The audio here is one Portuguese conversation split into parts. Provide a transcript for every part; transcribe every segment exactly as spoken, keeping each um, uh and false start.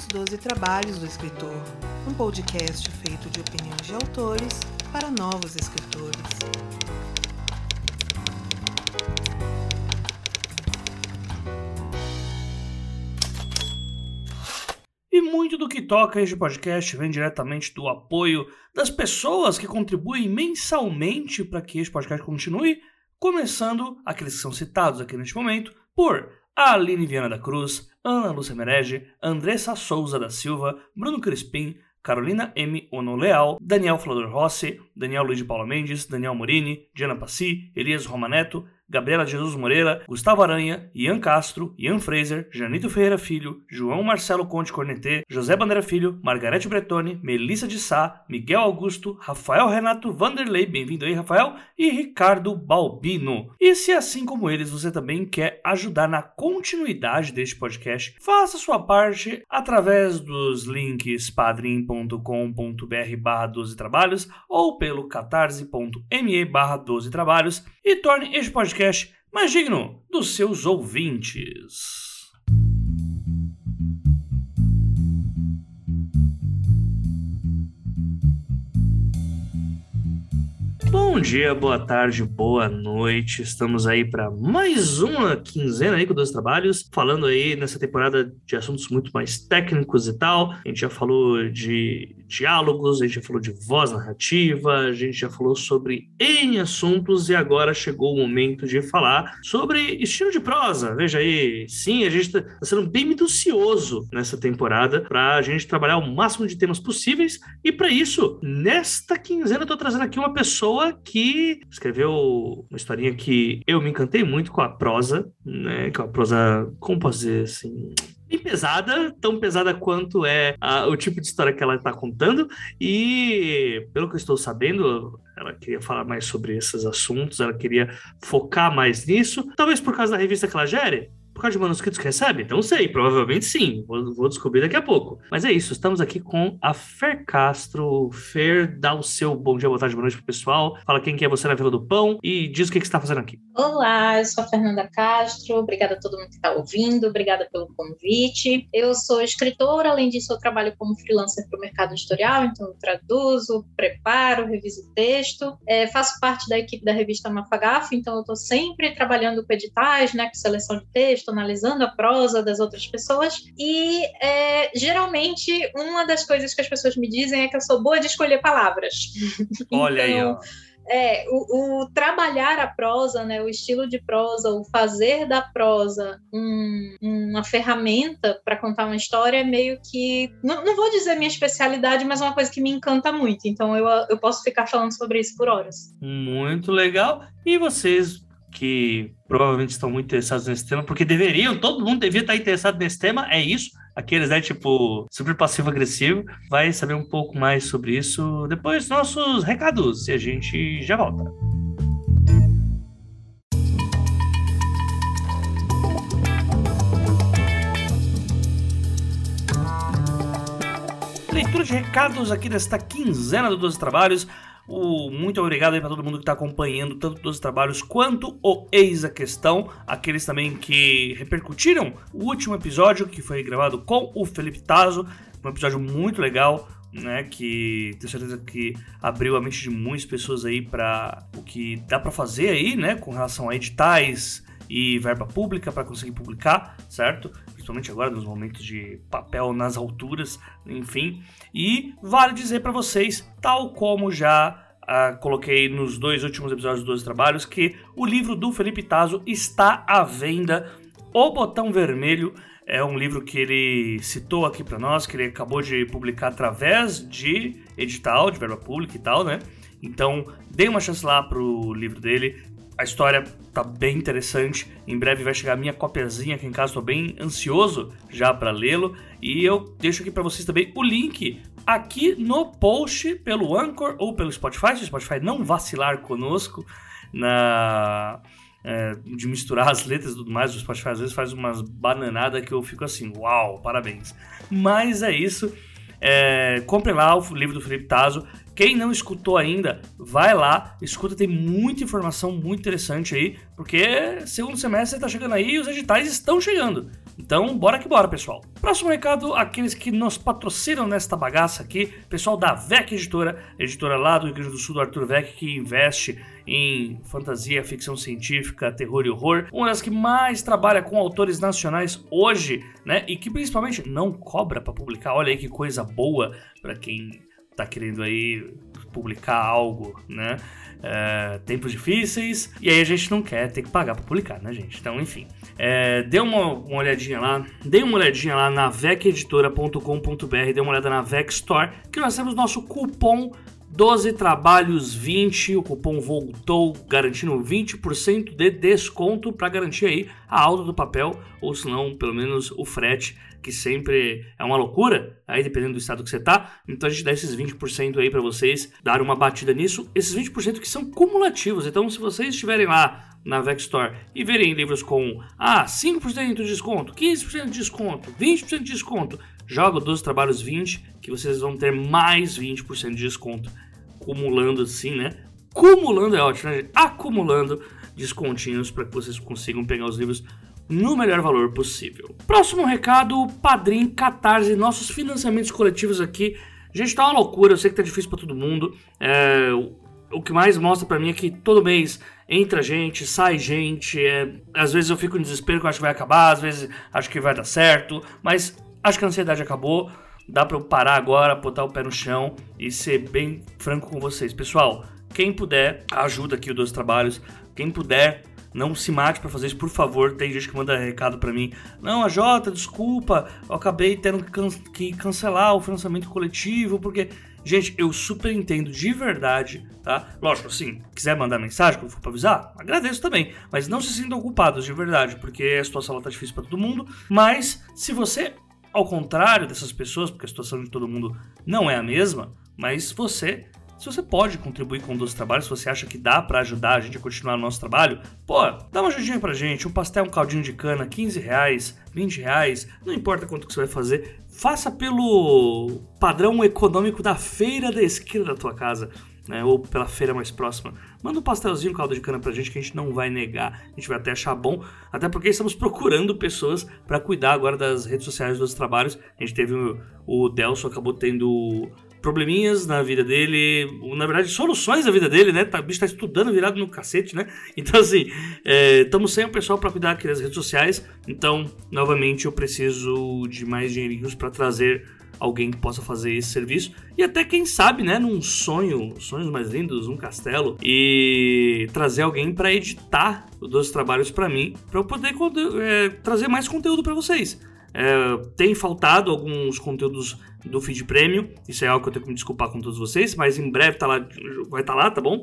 doze Trabalhos do Escritor, um podcast feito de opiniões de autores para novos escritores. E muito do que toca este podcast vem diretamente do apoio das pessoas que contribuem mensalmente para que este podcast continue, começando aqueles que são citados aqui neste momento por Aline Viana da Cruz, Ana Lúcia Merege, Andressa Souza da Silva, Bruno Crispim, Carolina M. Ono Leal, Daniel Flador Rossi, Daniel Luiz de Paula Mendes, Daniel Morini, Diana Passi, Elias Romaneto, Gabriela Jesus Moreira, Gustavo Aranha, Ian Castro, Ian Fraser, Janito Ferreira Filho, João Marcelo Conte Cornetê, José Bandeira Filho, Margarete Bretoni, Melissa de Sá, Miguel Augusto, Rafael Renato Vanderlei, bem-vindo aí Rafael, e Ricardo Balbino. E se assim como eles você também quer ajudar na continuidade deste podcast, faça sua parte através dos links padrim ponto com ponto br barra doze trabalhos ou pelo catarse.me barra doze trabalhos e torne este podcast mais digno dos seus ouvintes. Bom dia, boa tarde, boa noite. Estamos aí para mais uma quinzena aí com doze Trabalhos, falando aí nessa temporada de assuntos muito mais técnicos e tal. A gente já falou de diálogos, a gente já falou de voz narrativa, a gente já falou sobre N assuntos e agora chegou o momento de falar sobre estilo de prosa. Veja aí, sim, a gente está sendo bem minucioso nessa temporada para a gente trabalhar o máximo de temas possíveis e para isso, nesta quinzena eu estou trazendo aqui uma pessoa que escreveu uma historinha que eu me encantei muito com a prosa, né? Que é uma prosa, como posso dizer assim, bem pesada, tão pesada quanto é a, o tipo de história que ela está contando. E pelo que eu estou sabendo, ela queria falar mais sobre esses assuntos, ela queria focar mais nisso, talvez por causa da revista que ela gere. Por causa de manuscritos que recebe? Não sei, provavelmente sim, vou, vou descobrir daqui a pouco. Mas é isso, estamos aqui com a Fer Castro. Fer, dá o seu bom dia, boa tarde, boa noite pro pessoal. Fala quem que é você na Vila do Pão e diz o que, que você está fazendo aqui. Olá, eu sou a Fernanda Castro, obrigada a todo mundo que está ouvindo, obrigada pelo convite. Eu sou escritora, além disso eu trabalho como freelancer para o mercado editorial, então eu traduzo, preparo, reviso texto. É, faço parte da equipe da revista Mafagafo, então eu estou sempre trabalhando com editais, né, com seleção de texto, analisando a prosa das outras pessoas e é, geralmente uma das coisas que as pessoas me dizem é que eu sou boa de escolher palavras. Olha então, aí, ó. É, o, o trabalhar a prosa, né, o estilo de prosa, o fazer da prosa um, uma ferramenta para contar uma história é meio que, não, não vou dizer minha especialidade, mas é uma coisa que me encanta muito, então eu, eu posso ficar falando sobre isso por horas. Muito legal. E vocês que provavelmente estão muito interessados nesse tema, porque deveriam, todo mundo devia estar interessado nesse tema, é isso, aqueles, né, tipo, super passivo-agressivo, vai saber um pouco mais sobre isso depois dos nossos recados, e a gente já volta. Leitura de recados aqui desta quinzena do doze Trabalhos. Uh, muito obrigado aí para todo mundo que está acompanhando tanto doze Trabalhos quanto o Eis a Questão, aqueles também que repercutiram o último episódio que foi gravado com o Felipe Tazo, um episódio muito legal, né, que tenho certeza que abriu a mente de muitas pessoas aí para o que dá para fazer aí, né, com relação a editais e verba pública para conseguir publicar, certo? Principalmente agora nos momentos de papel nas alturas, enfim. E vale dizer para vocês, tal como já uh, coloquei nos dois últimos episódios dos doze Trabalhos, que o livro do Felipe Tazo está à venda. O Botão Vermelho é um livro que ele citou aqui para nós, que ele acabou de publicar através de edital, de verba pública e tal, né? Então, dê uma chance lá pro livro dele. A história tá bem interessante. Em breve vai chegar a minha copiazinha aqui em casa. Tô bem ansioso já para lê-lo. E eu deixo aqui para vocês também o link aqui no post pelo Anchor ou pelo Spotify. Se o Spotify não vacilar conosco na... É, de misturar as letras e tudo mais, o Spotify às vezes faz umas bananadas que eu fico assim, uau, parabéns. Mas é isso. É, compre lá o livro do Felipe Tazo. Quem não escutou ainda, vai lá, escuta, tem muita informação muito interessante aí, porque segundo semestre está chegando aí e os editais estão chegando. Então, bora que bora, pessoal. Próximo recado, aqueles que nos patrocinam nesta bagaça aqui, pessoal da V E C Editora, editora lá do Rio Grande do Sul, do Arthur V E C, que investe em fantasia, ficção científica, terror e horror, uma das que mais trabalha com autores nacionais hoje, né, e que principalmente não cobra para publicar. Olha aí que coisa boa para quem tá querendo aí publicar algo, né? É, tempos difíceis, e aí a gente não quer ter que pagar pra publicar, né, gente? Então, enfim, é, dê uma, uma olhadinha lá, dê uma olhadinha lá na vec editora ponto com ponto b r, dê uma olhada na V E C Store, que nós temos nosso cupom doze trabalhos vinte, o cupom voltou, garantindo vinte por cento de desconto para garantir aí a alta do papel, ou se não, pelo menos o frete, que sempre é uma loucura, aí dependendo do estado que você tá. Então a gente dá esses vinte por cento aí para vocês dar uma batida nisso, esses vinte por cento que são cumulativos. Então se vocês estiverem lá na V E C Store e verem livros com ah, cinco por cento de desconto, quinze por cento de desconto, vinte por cento de desconto, joga doze trabalhos vinte, que vocês vão ter mais vinte por cento de desconto, acumulando assim, né? Cumulando é ótimo, né? Acumulando descontinhos para que vocês consigam pegar os livros no melhor valor possível. Próximo recado, Padrim, Catarse, nossos financiamentos coletivos aqui. Gente, tá uma loucura, eu sei que tá difícil para todo mundo. É, o que mais mostra para mim é que todo mês entra gente, sai gente. É, às vezes eu fico em desespero que eu acho que vai acabar, às vezes acho que vai dar certo, mas acho que a ansiedade acabou. Dá pra eu parar agora, botar o pé no chão e ser bem franco com vocês. Pessoal, quem puder, ajuda aqui o doze Trabalhos. Quem puder, não se mate pra fazer isso, por favor. Tem gente que manda recado pra mim. Não, a Jota, desculpa, eu acabei tendo que, can- que cancelar o financiamento coletivo, porque... Gente, eu super entendo de verdade, tá? Lógico, assim, quiser mandar mensagem, quando for pra avisar, agradeço também. Mas não se sintam culpados de verdade, porque a situação lá tá difícil pra todo mundo. Mas, se você... Ao contrário dessas pessoas, porque a situação de todo mundo não é a mesma, mas você, se você pode contribuir com doze Trabalhos, se você acha que dá pra ajudar a gente a continuar o nosso trabalho, pô, dá uma ajudinha pra gente, um pastel, um caldinho de cana, quinze reais, vinte reais, não importa quanto que você vai fazer, faça pelo padrão econômico da feira da esquina da tua casa, né, ou pela feira mais próxima. Manda um pastelzinho, um caldo de cana pra gente que a gente não vai negar, a gente vai até achar bom, até porque estamos procurando pessoas para cuidar agora das redes sociais dos trabalhos. A gente teve o, o Delso, acabou tendo probleminhas na vida dele, na verdade soluções na vida dele, né, o bicho tá estudando virado no cacete, né, então assim, estamos é, sem o pessoal para cuidar aqui das redes sociais, então novamente eu preciso de mais dinheirinhos para trazer alguém que possa fazer esse serviço, e até quem sabe, né, num sonho, sonhos mais lindos, um castelo, e trazer alguém para editar os doze Trabalhos para mim, para eu poder é, trazer mais conteúdo para vocês. É, tem faltado alguns conteúdos do feed premium, isso é algo que eu tenho que me desculpar com todos vocês, mas em breve tá lá, vai estar tá lá, tá bom?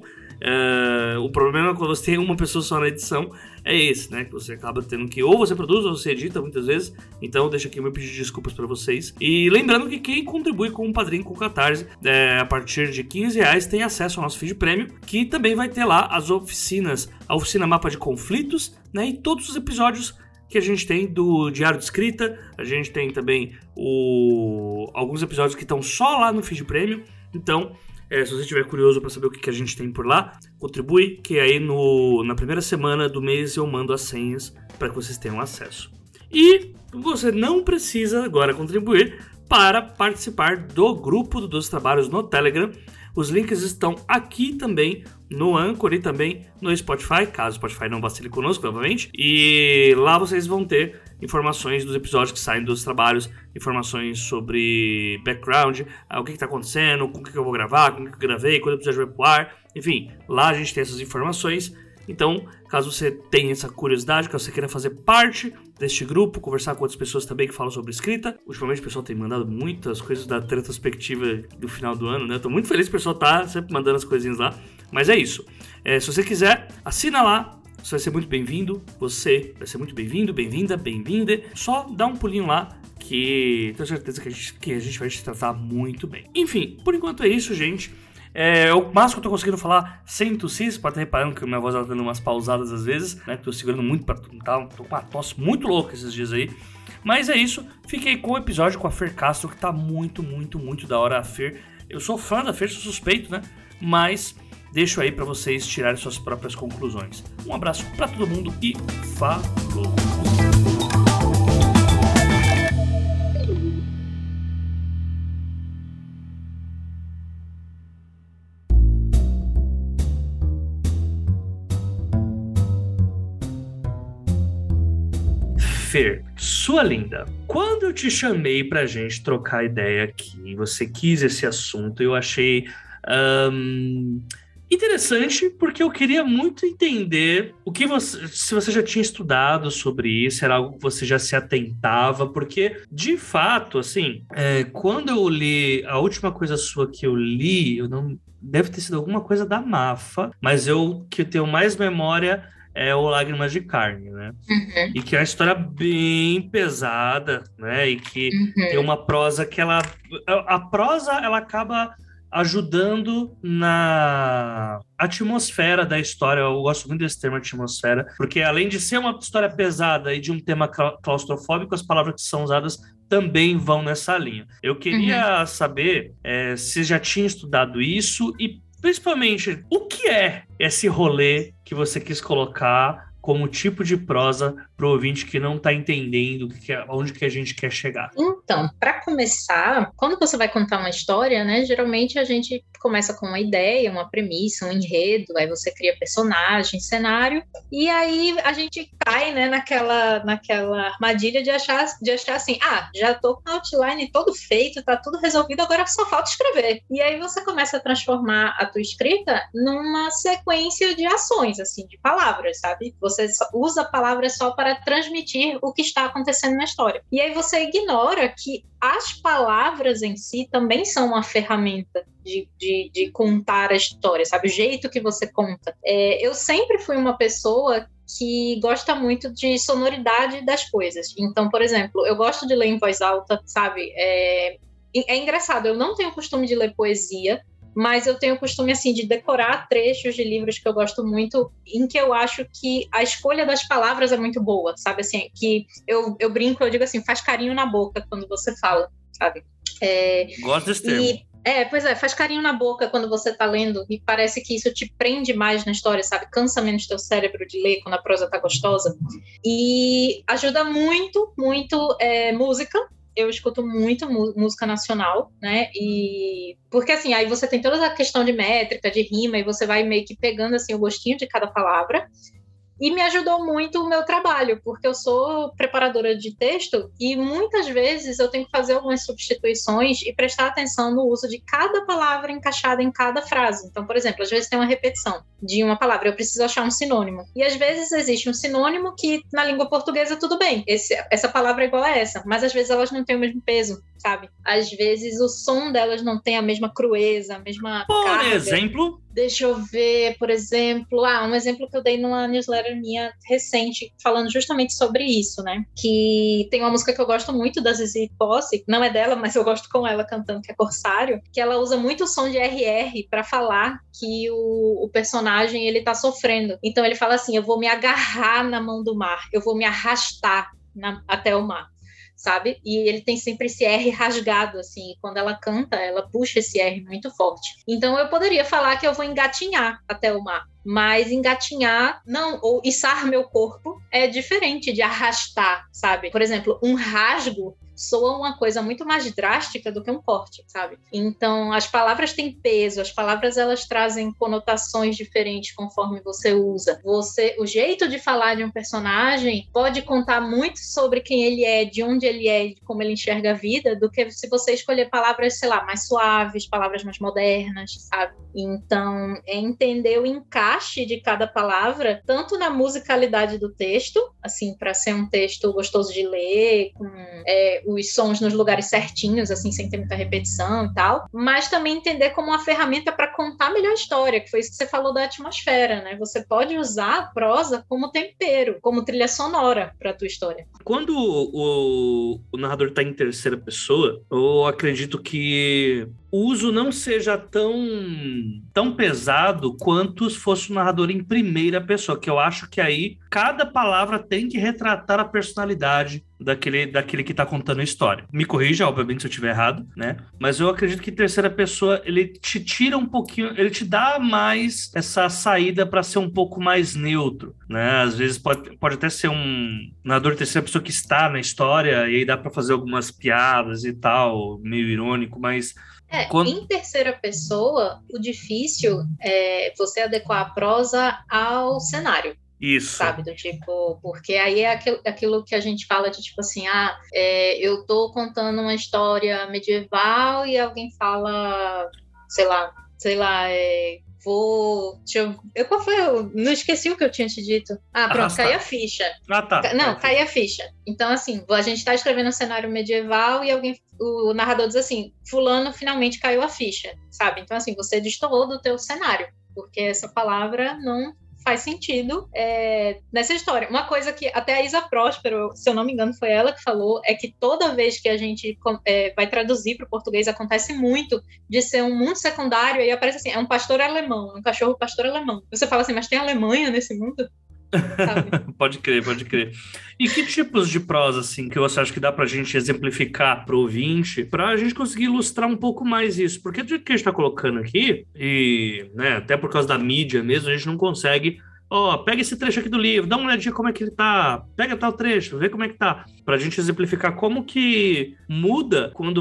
É, o problema é quando você tem uma pessoa só na edição, é esse, né? Que você acaba tendo que, ou você produz ou você edita muitas vezes. Então deixa aqui o meu pedido de desculpas para vocês. E lembrando que quem contribui com o Padrim, com o Catarse, é, a partir de quinze reais tem acesso ao nosso feed premium, que também vai ter lá as oficinas, a oficina Mapa de Conflitos, né? E todos os episódios que a gente tem do Diário de Escrita. A gente tem também o... alguns episódios que estão só lá no feed premium. Então, é, se você estiver curioso para saber o que, que a gente tem por lá, contribui, que aí no, na primeira semana do mês eu mando as senhas para que vocês tenham acesso. E você não precisa agora contribuir para participar do grupo do doze Trabalhos no Telegram. Os links estão aqui também no Anchor e também no Spotify, caso o Spotify não vacile conosco, novamente. E lá vocês vão ter informações dos episódios que saem dos trabalhos, informações sobre background, o que está acontecendo, com o que eu vou gravar, com o que eu gravei, quando o episódio vai pro ar. Enfim, lá a gente tem essas informações. Então, caso você tenha essa curiosidade, caso você queira fazer parte deste grupo, conversar com outras pessoas também que falam sobre escrita. Ultimamente o pessoal tem mandado muitas coisas da retrospectiva do final do ano, né? Eu tô muito feliz que o pessoal tá sempre mandando as coisinhas lá. Mas é isso. É, se você quiser, assina lá. Você vai ser muito bem-vindo. Você vai ser muito bem-vindo, bem-vinda, bem-vinda. Só dá um pulinho lá que tenho certeza que a gente, que a gente vai te tratar muito bem. Enfim, por enquanto é isso, gente. É o máximo que eu tô conseguindo falar sem tossir. Você pode estar reparando que minha voz tá dando umas pausadas às vezes, né? Tô segurando muito pra tá, tô com uma tosse muito louca esses dias aí. Mas é isso. Fiquei com o episódio com a Fer Castro, que tá muito, muito, muito da hora. A Fer, eu sou fã da Fer, sou suspeito, né? Mas deixo aí pra vocês tirarem suas próprias conclusões. Um abraço pra todo mundo e falou! Fer, sua linda, quando eu te chamei pra gente trocar ideia aqui, você quis esse assunto, eu achei um, interessante, porque eu queria muito entender o que você, se você já tinha estudado sobre isso, era algo que você já se atentava, porque, de fato, assim, é, quando eu li, a última coisa sua que eu li, eu não, deve ter sido alguma coisa da Mafa, mas eu que tenho mais memória é o Lágrimas de Carne, né? Uhum. E que é uma história bem pesada, né? E que Uhum. tem uma prosa que ela... A, a prosa, ela acaba ajudando na atmosfera da história. Eu gosto muito desse termo, atmosfera, porque além de ser uma história pesada e de um tema claustrofóbico, as palavras que são usadas também vão nessa linha. Eu queria uhum. saber é, se já tinha estudado isso e, principalmente, o que é esse rolê que você quis colocar como tipo de prosa para o ouvinte que não está entendendo que é, onde que a gente quer chegar? Então, para começar, quando você vai contar uma história, né, geralmente a gente começa com uma ideia, uma premissa, um enredo, aí você cria personagem, cenário, e aí a gente cai, né, naquela, naquela armadilha de achar, de achar assim, ah, já estou com o outline todo feito, está tudo resolvido, agora só falta escrever. E aí você começa a transformar a tua escrita numa sequência de ações, assim, de palavras, sabe? Você usa palavras só para transmitir o que está acontecendo na história. E aí você ignora que as palavras em si também são uma ferramenta de, de, de contar a história, sabe? O jeito que você conta. É, eu sempre fui uma pessoa que gosta muito de sonoridade das coisas. Então, por exemplo, eu gosto de ler em voz alta, sabe? É, é engraçado, eu não tenho o costume de ler poesia, mas eu tenho o costume, assim, de decorar trechos de livros que eu gosto muito, em que eu acho que a escolha das palavras é muito boa, sabe? Assim, que eu, eu brinco, eu digo assim, faz carinho na boca quando você fala, sabe? É, Gosto desse termo. E, é, pois é, faz carinho na boca quando você tá lendo e parece que isso te prende mais na história, sabe? Cansa menos teu cérebro de ler quando a prosa tá gostosa. E ajuda muito, muito é, música. Eu escuto muito música nacional, né, e... Porque, assim, aí você tem toda a questão de métrica, de rima, e você vai meio que pegando, assim, o gostinho de cada palavra. E me ajudou muito o meu trabalho, porque eu sou preparadora de texto e muitas vezes eu tenho que fazer algumas substituições e prestar atenção no uso de cada palavra encaixada em cada frase. Então, por exemplo, às vezes tem uma repetição de uma palavra, eu preciso achar um sinônimo. E às vezes existe um sinônimo que na língua portuguesa tudo bem, esse, essa palavra é igual a essa, mas às vezes elas não têm o mesmo peso, sabe? Às vezes o som delas não tem a mesma crueza, a mesma Por carga. exemplo... Deixa eu ver, por exemplo, ah, um exemplo que eu dei numa newsletter minha recente, falando justamente sobre isso, né? Que tem uma música que eu gosto muito da Zizi Posse, não é dela, mas eu gosto com ela cantando, que é Corsário, que ela usa muito o som de R R para falar que o, o personagem, ele tá sofrendo. Então ele fala assim, eu vou me agarrar na mão do mar, eu vou me arrastar na, até o mar. Sabe? E ele tem sempre esse R rasgado, assim, e quando ela canta, ela puxa esse R muito forte. Então eu poderia falar que eu vou engatinhar até o mar, mas engatinhar, não, ou içar meu corpo é diferente de arrastar, sabe? Por exemplo, um rasgo soa uma coisa muito mais drástica do que um corte, sabe? Então, as palavras têm peso, as palavras, elas trazem conotações diferentes conforme você usa. Você, o jeito de falar de um personagem pode contar muito sobre quem ele é, de onde ele é, de como ele enxerga a vida, do que se você escolher palavras, sei lá, mais suaves, palavras mais modernas, sabe? Então, é entender o encaixe de cada palavra, tanto na musicalidade do texto, assim, para ser um texto gostoso de ler, com é, os sons nos lugares certinhos, assim, sem ter muita repetição e tal, mas também entender como uma ferramenta para contar melhor a história, que foi isso que você falou da atmosfera, né? Você pode usar a prosa como tempero, como trilha sonora para a tua história. Quando o, o narrador está em terceira pessoa, eu acredito que o uso não seja tão, tão pesado quanto se fosse o narrador em primeira pessoa, que eu acho que aí cada palavra tem que retratar a personalidade daquele, daquele que está contando a história. Me corrija, obviamente, se eu estiver errado, né? Mas eu acredito que em terceira pessoa ele te tira um pouquinho, ele te dá mais essa saída para ser um pouco mais neutro, né? Às vezes pode, pode até ser um narrador de terceira pessoa que está na história e aí dá para fazer algumas piadas e tal, meio irônico, mas... É, Quando... em terceira pessoa, o difícil é você adequar a prosa ao cenário. Isso. Sabe, do tipo, porque aí é aquilo, aquilo que a gente fala de tipo assim, ah, é, eu tô contando uma história medieval e alguém fala, sei lá, sei lá, é, vou, deixa eu, eu, qual foi, eu não esqueci o que eu tinha te dito. Ah, pronto, Arrastar. cai a ficha. Ah, tá. Não, cai a ficha. Então, assim, a gente tá escrevendo um cenário medieval e alguém, o narrador diz assim, fulano finalmente caiu a ficha, sabe? Então, assim, você destoou do teu cenário, porque essa palavra não faz sentido é, nessa história. Uma coisa que até a Isa Próspero, se eu não me engano, foi ela que falou, é que toda vez que a gente é, vai traduzir para o português, acontece muito de ser um mundo secundário e aparece assim, é um pastor alemão, um cachorro pastor alemão. Você fala assim, mas tem Alemanha nesse mundo? Pode crer, pode crer. E que tipos de prosa, assim, que você acha que dá pra gente exemplificar pro ouvinte, pra gente conseguir ilustrar um pouco mais isso? Porque do que a gente tá colocando aqui, e né, até por causa da mídia mesmo, a gente não consegue... Ó, oh, pega esse trecho aqui do livro, dá uma olhadinha como é que ele tá, pega tal trecho, vê como é que tá. Pra gente exemplificar como que muda quando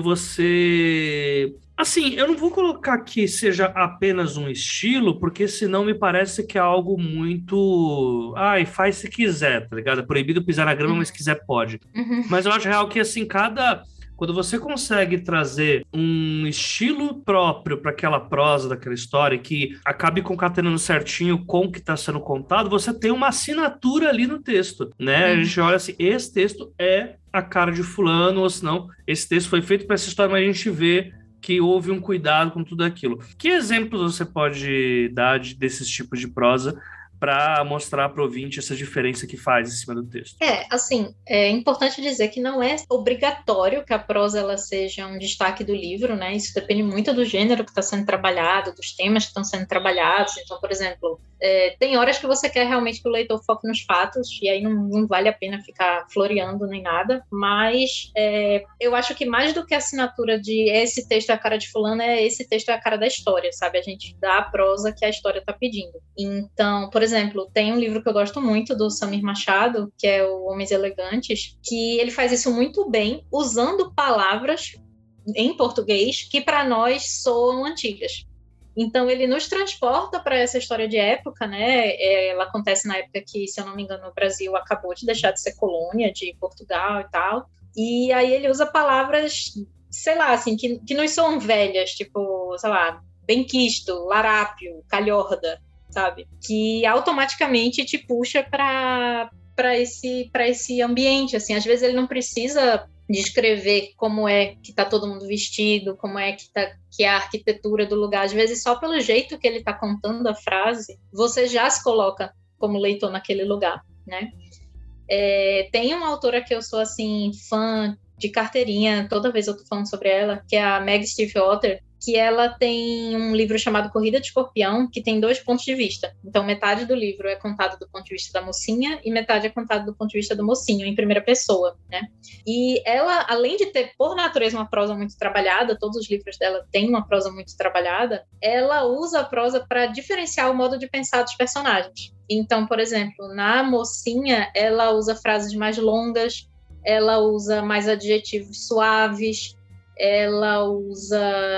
você... Assim, eu não vou colocar que seja apenas um estilo, porque senão me parece que é algo muito... Ai, faz se quiser, tá ligado? É proibido pisar na grama, mas se quiser pode. Uhum. Mas eu acho real que, assim, cada... Quando você consegue trazer um estilo próprio para aquela prosa daquela história que acabe concatenando certinho com o que está sendo contado, você tem uma assinatura ali no texto, né? Uhum. A gente olha assim, esse texto é a cara de fulano, ou senão, esse texto foi feito para essa história, mas a gente vê que houve um cuidado com tudo aquilo. Que exemplos você pode dar de, desses tipos de prosa para mostrar para o ouvinte essa diferença que faz em cima do texto? É, assim, é importante dizer que não é obrigatório que a prosa ela seja um destaque do livro, né? Isso depende muito do gênero que está sendo trabalhado, dos temas que estão sendo trabalhados. Então, por exemplo, é, tem horas que você quer realmente que o leitor foque nos fatos, e aí não, não vale a pena ficar floreando nem nada, mas é, eu acho que mais do que a assinatura de esse texto é a cara de fulano, é esse texto é a cara da história, sabe? A gente dá a prosa que a história está pedindo. Então, por exemplo, exemplo, tem um livro que eu gosto muito do Samir Machado, que é o Homens Elegantes, que ele faz isso muito bem, usando palavras em português que para nós soam antigas. Então ele nos transporta para essa história de época, né? Ela acontece na época que, se eu não me engano, o Brasil acabou de deixar de ser colônia de Portugal e tal. E aí ele usa palavras, sei lá, assim, que, que nos soam velhas, tipo, sei lá, benquisto, larápio, calhorda, sabe? Que automaticamente te puxa para para esse para esse ambiente, assim. Às vezes ele não precisa descrever como é que tá todo mundo vestido, como é que tá que é a arquitetura do lugar. Às vezes só pelo jeito que ele tá contando a frase, você já se coloca como leitor naquele lugar, né? É, tem uma autora que eu sou assim fã de carteirinha, toda vez eu tô falando sobre ela, que é a Meg Stiefvater, que ela tem um livro chamado Corrida de Escorpião, que tem dois pontos de vista. Então, metade do livro é contado do ponto de vista da mocinha e metade é contado do ponto de vista do mocinho, em primeira pessoa, né? E ela, além de ter, por natureza, uma prosa muito trabalhada, todos os livros dela têm uma prosa muito trabalhada, ela usa a prosa para diferenciar o modo de pensar dos personagens. Então, por exemplo, na mocinha, ela usa frases mais longas, ela usa mais adjetivos suaves, ela usa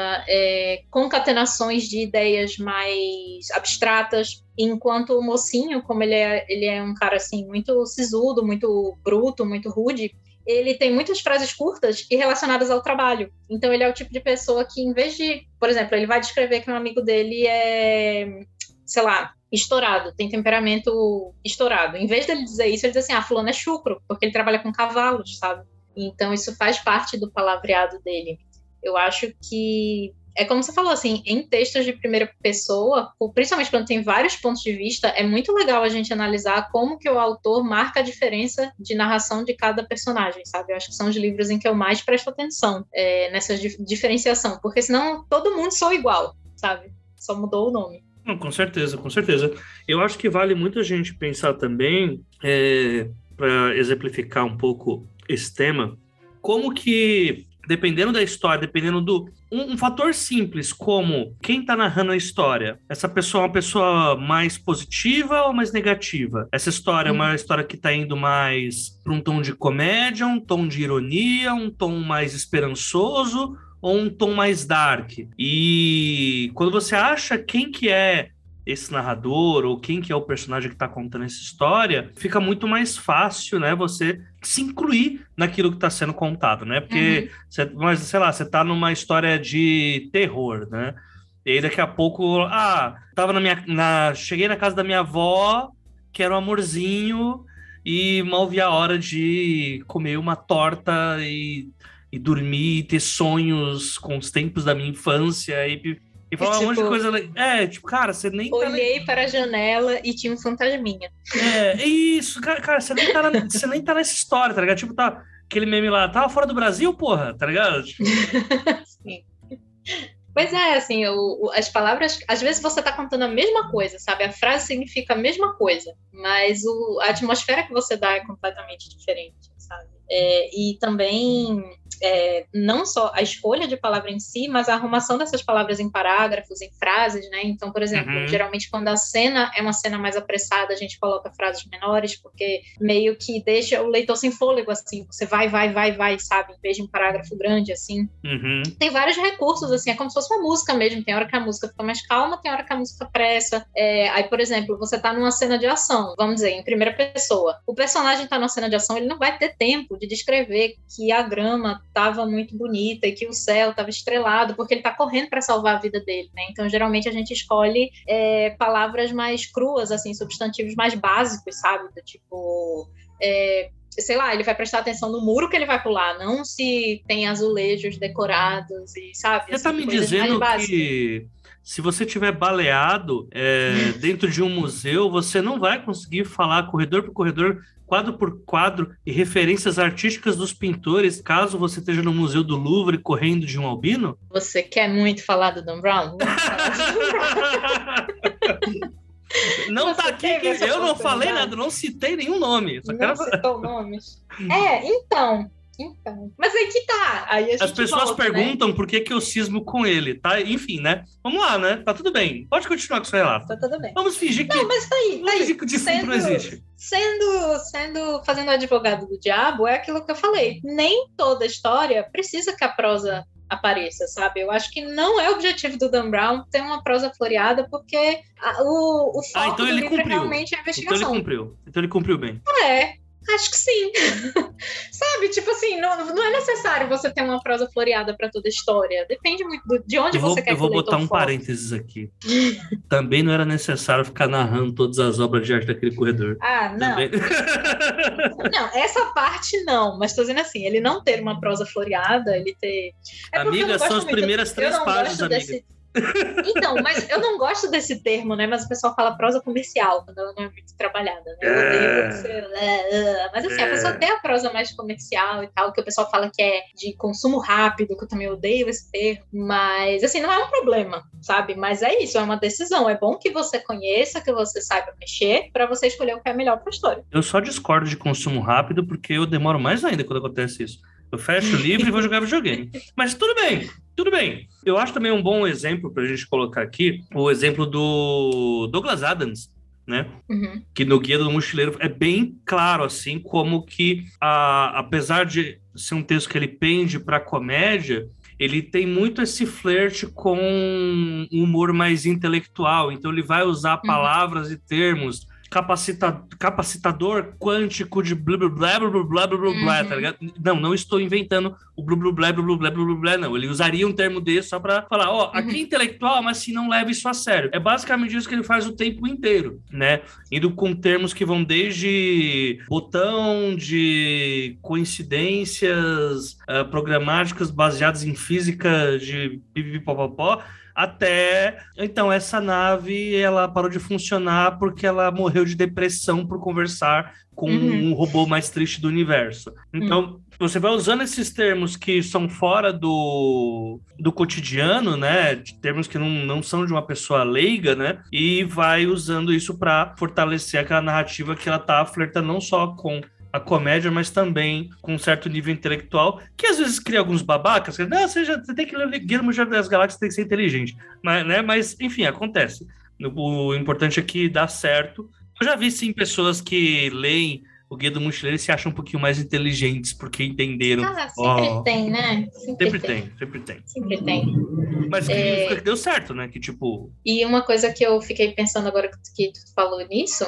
é, concatenações de ideias mais abstratas, enquanto o mocinho, como ele é, ele é um cara assim, muito sisudo, muito bruto, muito rude, ele tem muitas frases curtas e relacionadas ao trabalho. Então ele é o tipo de pessoa que, em vez de, por exemplo, ele vai descrever que um amigo dele é, sei lá, estourado, tem temperamento estourado. Em vez dele dizer isso, ele diz assim, ah, fulano é chucro, porque ele trabalha com cavalos, sabe? Então, isso faz parte do palavreado dele. Eu acho que, é como você falou, assim, em textos de primeira pessoa, principalmente quando tem vários pontos de vista, é muito legal a gente analisar como que o autor marca a diferença de narração de cada personagem, sabe? Eu acho que são os livros em que eu mais presto atenção é, nessa dif- diferenciação, porque senão todo mundo soa igual, sabe? Só mudou o nome. Não, com certeza, com certeza. Eu acho que vale muito a gente pensar também, é, para exemplificar um pouco esse tema, como que, dependendo da história, dependendo do... Um, um fator simples, como quem está narrando a história, essa pessoa é uma pessoa mais positiva ou mais negativa? Essa história uhum. é uma história que está indo mais para um tom de comédia, um tom de ironia, um tom mais esperançoso ou um tom mais dark? E quando você acha quem que é esse narrador ou quem que é o personagem que está contando essa história, fica muito mais fácil, né, você se incluir naquilo que está sendo contado, né? Porque, uhum. você, mas, sei lá, você está numa história de terror, né? E aí daqui a pouco, ah, tava na minha, na, cheguei na casa da minha avó, que era um amorzinho, e mal vi a hora de comer uma torta e, e dormir, e ter sonhos com os tempos da minha infância e, e falar tipo, um monte de coisa. É, tipo, cara, você nem olhei tá... para a janela e tinha um fantasminha. É, é isso, cara, cara você, nem tá na, você nem tá nessa história, tá ligado? Tipo, tá aquele meme lá, tava fora do Brasil, porra, tá ligado? Tipo... Sim. Pois é, assim, o, o, as palavras, às vezes você tá contando a mesma coisa, sabe? A frase significa a mesma coisa, mas o, a atmosfera que você dá é completamente diferente, sabe? É, e também, é, não só a escolha de palavra em si, mas a arrumação dessas palavras em parágrafos, em frases, né? Então, por exemplo, uhum. geralmente quando a cena é uma cena mais apressada, a gente coloca frases menores, porque meio que deixa o leitor sem fôlego, assim, você vai, vai, vai, vai, sabe? Em vez de um parágrafo grande, assim. Uhum. Tem vários recursos, assim, é como se fosse uma música mesmo, tem hora que a música fica mais calma, tem hora que a música pressa. É, aí, por exemplo, você tá numa cena de ação, vamos dizer, em primeira pessoa. O personagem tá numa cena de ação, ele não vai ter tempo de descrever que a grama estava muito bonita e que o céu estava estrelado, porque ele está correndo para salvar a vida dele, né? Então, geralmente, a gente escolhe é, palavras mais cruas, assim, substantivos mais básicos, sabe? Do tipo... É, sei lá, ele vai prestar atenção no muro que ele vai pular, não se tem azulejos decorados e, sabe? Você assim, tá me dizendo que se você tiver baleado é, dentro de um museu, você não vai conseguir falar corredor por corredor, quadro por quadro e referências artísticas dos pintores, caso você esteja no Museu do Louvre correndo de um albino? Você quer muito falar do Dan Brown? Não você tá aqui, que eu não falei nada, não citei nenhum nome. Só não quero... citou nomes. É, então... Então, mas aí que tá. Aí a As pessoas volta, perguntam, né? Por que, que eu cismo com ele, tá? Enfim, né? Vamos lá, né? Tá tudo bem. Pode continuar com o seu relato. Tá tudo bem. Vamos fingir que... Não, mas tá aí, tá aí. Fingir que o defunto não existe. Sendo, sendo, fazendo advogado do diabo, é aquilo que eu falei. Nem toda história precisa que a prosa apareça, sabe? Eu acho que não é o objetivo do Dan Brown ter uma prosa floreada, porque a, o, o foco ah, então do ele livro cumpriu. é realmente a investigação. Então ele cumpriu. Então ele cumpriu bem. É. Acho que sim. Sabe, tipo assim, não, não é necessário você ter uma prosa floreada para toda a história. Depende muito do, de onde vou, você quer que o leitor Eu vou botar um foque. parênteses aqui. Também não era necessário ficar narrando todas as obras de arte daquele corredor. Ah, não. Também... Não, essa parte não. Mas tô dizendo assim, ele não ter uma prosa floreada, ele ter... É amiga, são as muito, primeiras três páginas, amiga. Desse... Então, mas eu não gosto desse termo, né? Mas o pessoal fala prosa comercial, quando ela não é muito trabalhada, né? Eu odeio você... Mas assim, a pessoa tem a prosa mais comercial e tal, que o pessoal fala que é de consumo rápido, que eu também odeio esse termo, mas assim, não é um problema, sabe? Mas é isso, é uma decisão. É bom que você conheça, que você saiba mexer, pra você escolher o que é melhor pra história. Eu só discordo de consumo rápido, porque eu demoro mais ainda quando acontece isso. Eu fecho o livro e vou jogar videogame. Mas tudo bem, tudo bem. Eu acho também um bom exemplo pra gente colocar aqui, o exemplo do Douglas Adams, né? Uhum. Que no Guia do Mochileiro é bem claro, assim, como que, a, apesar de ser um texto que ele pende pra comédia, ele tem muito esse flerte com um humor mais intelectual. Então ele vai usar palavras uhum. e termos Capacita, capacitador quântico de blá blá blá blá blá blá blá blá, uhum. tá ligado? Não, não estou inventando o blá blá blá blá blá blá blá, não. Ele usaria um termo desse só pra falar, ó, oh, aqui é intelectual, mas se não leva isso a sério. É basicamente isso que ele faz o tempo inteiro, né? Indo com termos que vão desde botão, de coincidências uh, programáticas baseadas em física de pipipopopó, até, então, essa nave, ela parou de funcionar porque ela morreu de depressão por conversar com uhum. um robô mais triste do universo. Então, uhum. você vai usando esses termos que são fora do, do cotidiano, né? Termos que não, não são de uma pessoa leiga, né? E vai usando isso para fortalecer aquela narrativa que ela tá flertando não só com a comédia, mas também com um certo nível intelectual, que às vezes cria alguns babacas, que não, você, já, você tem que ler Guia do Mochileiro das Galáxias, tem que ser inteligente, mas, né, mas enfim, acontece. O, o importante é que dá certo. Eu já vi, sim, pessoas que leem o Guia do Mochileiro se acham um pouquinho mais inteligentes, porque entenderam. Ah, sempre oh, tem, né? Sempre, sempre tem. tem, sempre tem. Sempre tem. Mas significa é... que deu certo, né? Que tipo... E uma coisa que eu fiquei pensando agora que tu falou nisso,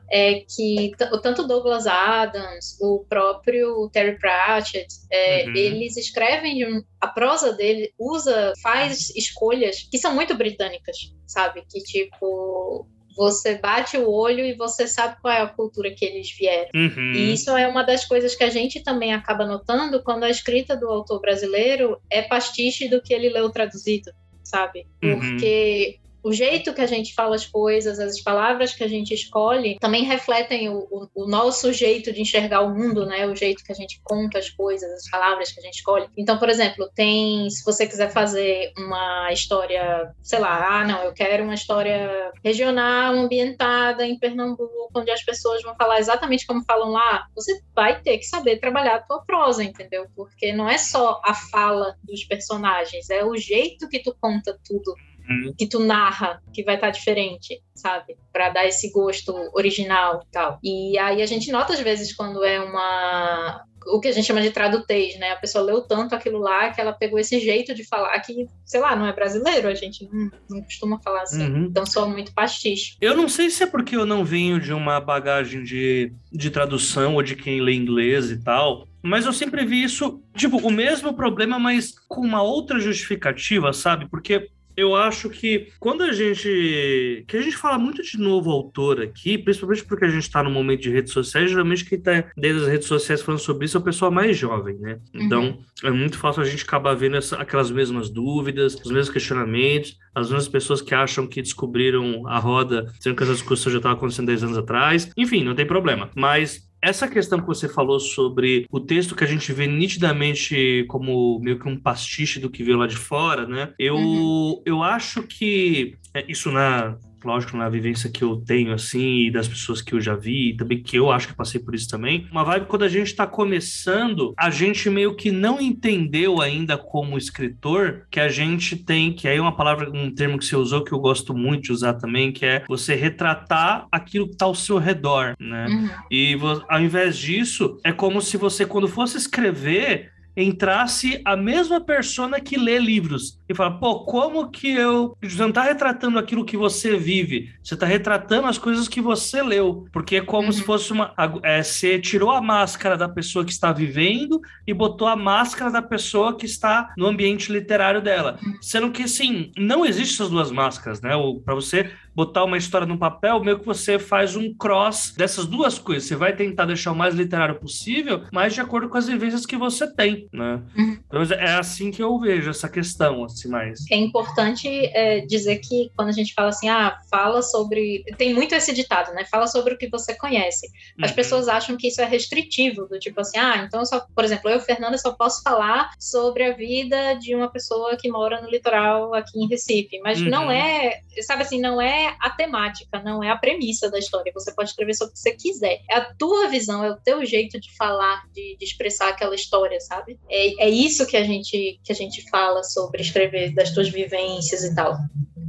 é que t- tanto Douglas Adams, o próprio Terry Pratchett, é, uhum. eles escrevem, um, a prosa dele usa, faz escolhas que são muito britânicas, sabe? Que tipo... Você bate o olho e você sabe qual é a cultura que eles vieram. Uhum. E isso é uma das coisas que a gente também acaba notando quando a escrita do autor brasileiro é pastiche do que ele leu traduzido, sabe? Porque... Uhum. O jeito que a gente fala as coisas, as palavras que a gente escolhe, também refletem o, o, o nosso jeito de enxergar o mundo, né? O jeito que a gente conta as coisas, as palavras que a gente escolhe. Então, por exemplo, tem, se você quiser fazer uma história, sei lá, ah, não, eu quero uma história regional, ambientada em Pernambuco, onde as pessoas vão falar exatamente como falam lá, você vai ter que saber trabalhar a tua prosa, entendeu? Porque não é só a fala dos personagens, é o jeito que tu conta tudo. Que tu narra, que vai estar diferente, sabe? Para dar esse gosto original e tal. E aí a gente nota às vezes quando é uma... o que a gente chama de tradutez, né? A pessoa leu tanto aquilo lá que ela pegou esse jeito de falar que, sei lá, não é brasileiro, a gente não, não costuma falar assim. Uhum. Então sou muito pastiche. Eu não sei se é porque eu não venho de uma bagagem de, de tradução ou de quem lê inglês e tal, mas eu sempre vi isso, tipo, o mesmo problema, mas com uma outra justificativa, sabe? Porque eu acho que quando a gente... que a gente fala muito de novo autor aqui, principalmente porque a gente está no momento de redes sociais, geralmente quem está dentro das redes sociais falando sobre isso é o pessoal mais jovem, né? Então, uhum. é muito fácil a gente acabar vendo essa, aquelas mesmas dúvidas, os mesmos questionamentos, as mesmas pessoas que acham que descobriram a roda, sendo que essa discussão já estava acontecendo dez anos atrás. Enfim, não tem problema. Mas... essa questão que você falou sobre o texto que a gente vê nitidamente como meio que um pastiche do que veio lá de fora, né? Eu, uhum. eu acho que isso na... lógico, na vivência que eu tenho, assim, e das pessoas que eu já vi, e também que eu acho que passei por isso também, uma vibe quando a gente tá começando, a gente meio que não entendeu ainda como escritor que a gente tem, que aí é uma palavra, um termo que você usou que eu gosto muito de usar também, que é você retratar aquilo que tá ao seu redor, né? Uhum. E ao invés disso, é como se você, quando fosse escrever, entrasse a mesma persona que lê livros e fala, pô, como que eu... você não tá retratando aquilo que você vive, você tá retratando as coisas que você leu, porque é como uhum. se fosse uma... É, você tirou a máscara da pessoa que está vivendo e botou a máscara da pessoa que está no ambiente literário dela, sendo que, assim, não existem essas duas máscaras, né? Para você botar uma história no papel, meio que você faz um cross dessas duas coisas, você vai tentar deixar o mais literário possível, mas de acordo com as vivências que você tem, né? Uhum. Então é assim que eu vejo essa questão, assim, mais. É importante é, dizer que quando a gente fala assim, ah, fala sobre... tem muito esse ditado, né? Fala sobre o que você conhece. As uhum. pessoas acham que isso é restritivo, do tipo assim, ah, então eu só... por exemplo, eu, Fernanda, só posso falar sobre a vida de uma pessoa que mora no litoral aqui em Recife, mas uhum. não é, sabe assim, não é a temática, não é a premissa da história. Você pode escrever sobre o que você quiser. É a tua visão, é o teu jeito de falar, de, de expressar aquela história, sabe? É, é isso que a gente, que a gente fala sobre escrever das tuas vivências e tal.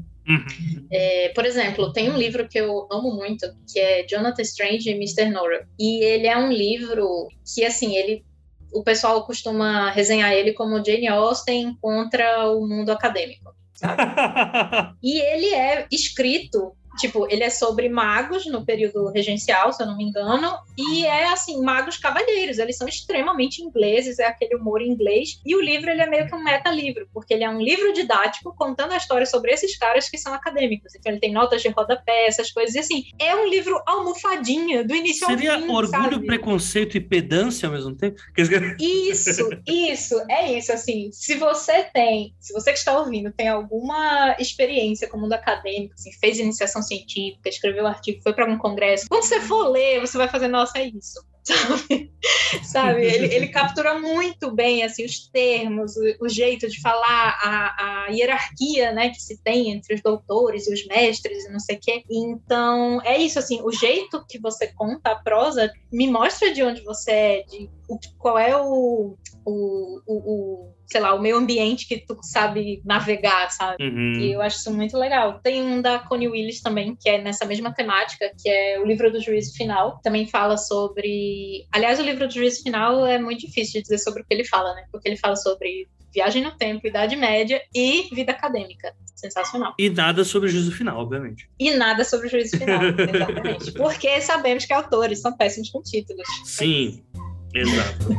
Uhum. É, por exemplo, tem um livro que eu amo muito, que é Jonathan Strange e mister Norrell. E ele é um livro que, assim, ele o pessoal costuma resenhar ele como Jane Austen contra o mundo acadêmico, sabe? E ele é escrito, tipo, ele é sobre magos no período regencial, se eu não me engano, e é, assim, magos cavalheiros, eles são extremamente ingleses, é aquele humor inglês, e o livro, ele é meio que um meta-livro, porque ele é um livro didático contando a história sobre esses caras que são acadêmicos, então ele tem notas de rodapé, essas coisas, e assim, é um livro almofadinha, do início Seria ao fim, orgulho, sabe? Preconceito e pedância ao mesmo tempo? Isso, isso, é isso, assim, se você tem, se você que está ouvindo tem alguma experiência com o mundo acadêmico, assim, fez iniciação científica, escreveu um artigo, foi para algum congresso, quando você for ler, você vai fazer, nossa, é isso, sabe? Sabe? Ele, ele captura muito bem, assim, os termos, o, o jeito de falar, a, a hierarquia, né, que se tem entre os doutores e os mestres e não sei o quê. Então, é isso, assim, o jeito que você conta a prosa me mostra de onde você é, de o, qual é o, o, o, o, sei lá, o meio ambiente que tu sabe navegar, sabe? Uhum. E eu acho isso muito legal. Tem um da Connie Willis também, que é nessa mesma temática, que é o livro do Juízo Final. Também fala sobre... Aliás, o livro do Juízo Final é muito difícil de dizer sobre o que ele fala, né? Porque ele fala sobre viagem no tempo, Idade Média e vida acadêmica. Sensacional. E nada sobre o juízo final, obviamente. E nada sobre o juízo final, exatamente. Porque sabemos que autores são péssimos com títulos. Sim, exato.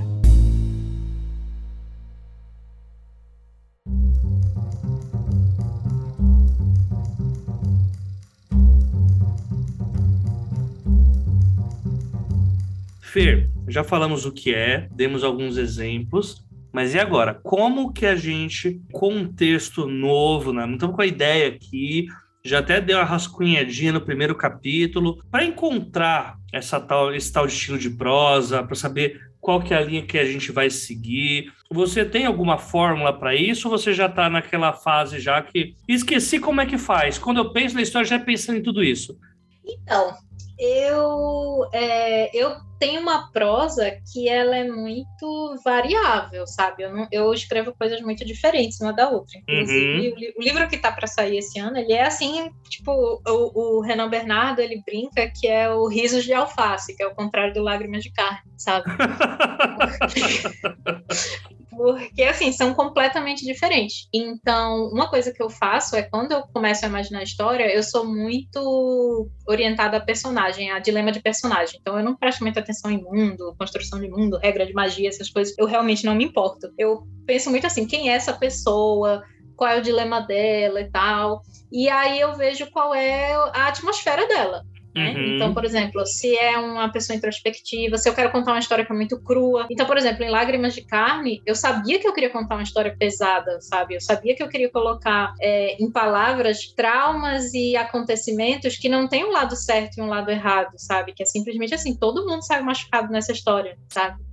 Fer, já falamos o que é, demos alguns exemplos, mas e agora? Como que a gente, com um texto novo, né? Estamos com a ideia aqui, já até deu uma rascunhadinha no primeiro capítulo, para encontrar essa tal, esse tal de estilo de prosa, para saber qual que é a linha que a gente vai seguir. Você tem alguma fórmula para isso ou você já está naquela fase já que esqueci como é que faz? Quando eu penso na história, já pensando em tudo isso. Então, eu, é, eu tenho uma prosa que ela é muito variável, sabe? Eu, não, eu escrevo coisas muito diferentes uma da outra. Inclusive, uhum. o, o livro que tá para sair esse ano, ele é assim, tipo, o, o Renan Bernardo, ele brinca que é o Risos de Alface, que é o contrário do Lágrimas de Carne, sabe? Porque, assim, são completamente diferentes. Então, uma coisa que eu faço é, quando eu começo a imaginar a história, eu sou muito orientada a personagem, a dilema de personagem. Então, eu não presto muita atenção em mundo, construção de mundo, regra de magia, essas coisas. Eu realmente não me importo. Eu penso muito assim, quem é essa pessoa? Qual é o dilema dela e tal? E aí eu vejo qual é a atmosfera dela. Né? Uhum. Então, por exemplo, se é uma pessoa introspectiva, se eu quero contar uma história que é muito crua. Então, por exemplo, em Lágrimas de Carne, eu sabia que eu queria contar uma história pesada, sabe? Eu sabia que eu queria colocar é, em palavras traumas e acontecimentos que não tem um lado certo e um lado errado, sabe? Que é simplesmente assim, todo mundo sai machucado nessa história, sabe?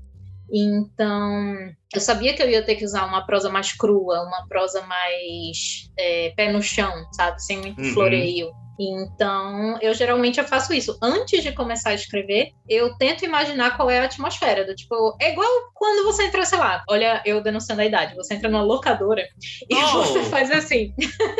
Então, eu sabia que eu ia ter que usar uma prosa mais crua, uma prosa mais é, pé no chão, sabe? Sem muito uhum. floreio. Então, eu geralmente eu faço isso. Antes de começar a escrever, eu tento imaginar qual é a atmosfera. Do tipo, é igual quando você entra, sei lá, olha, eu denunciando a idade, você entra numa locadora e oh. você faz assim.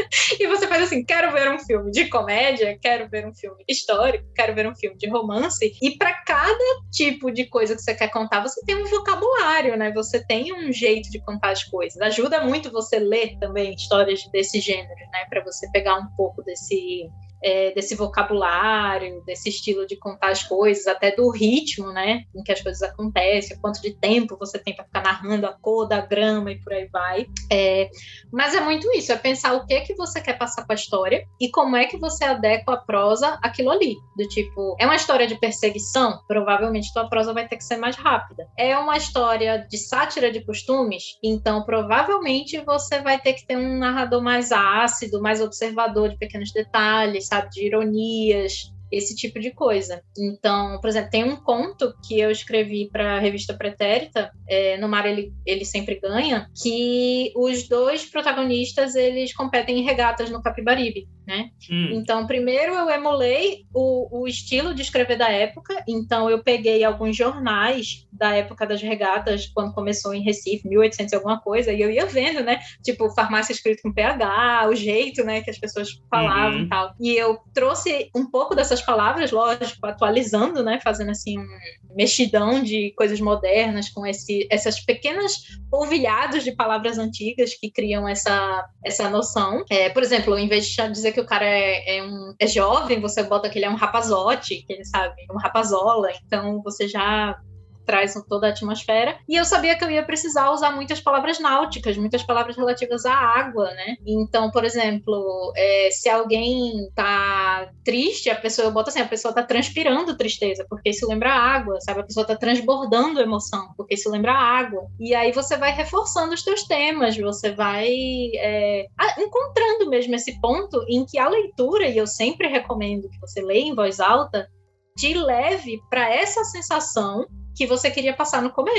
E você faz assim, quero ver um filme de comédia, quero ver um filme histórico, quero ver um filme de romance. E para cada tipo de coisa que você quer contar, você tem um vocabulário, né? Você tem um jeito de contar as coisas. Ajuda muito você ler também histórias desse gênero, né? Para você pegar um pouco desse... É, desse vocabulário, desse estilo de contar as coisas, até do ritmo, né, em que as coisas acontecem, quanto de tempo você tem para ficar narrando a cor da grama e por aí vai. É, mas é muito isso, é pensar o que é que você quer passar com a história e como é que você adequa a prosa àquilo ali. Do tipo, é uma história de perseguição? Provavelmente tua prosa vai ter que ser mais rápida. É uma história de sátira de costumes? Então, provavelmente você vai ter que ter um narrador mais ácido, mais observador de pequenos detalhes, sabe, de ironias, esse tipo de coisa. Então, por exemplo, tem um conto que eu escrevi para a revista Pretérita, é, No Mar ele, ele Sempre Ganha, que os dois protagonistas, eles competem em regatas no Capibaribe, né? Hum. Então, primeiro eu emulei o, o estilo de escrever da época, então eu peguei alguns jornais da época das regatas, quando começou em Recife, mil e oitocentos e alguma coisa, e eu ia vendo, né, tipo, farmácia escrito com P H, o jeito, né, que as pessoas falavam uhum. e tal. E eu trouxe um pouco dessas palavras, lógico, atualizando, né, fazendo assim um mexidão de coisas modernas com esse, essas pequenas polvilhados de palavras antigas que criam essa, essa noção. É, por exemplo, em vez de dizer que o cara é, é, um, é jovem, você bota que ele é um rapazote, que ele sabe, um rapazola, então você já traz toda a atmosfera, e eu sabia que eu ia precisar usar muitas palavras náuticas, muitas palavras relativas à água, né? Então, por exemplo, é, se alguém tá triste, a pessoa, eu boto assim, a pessoa tá transpirando tristeza, porque isso lembra água, sabe? A pessoa tá transbordando emoção, porque isso lembra água. E aí você vai reforçando os teus temas, você vai é, encontrando mesmo esse ponto em que a leitura, e eu sempre recomendo que você leia em voz alta, te leve para essa sensação que você queria passar no começo,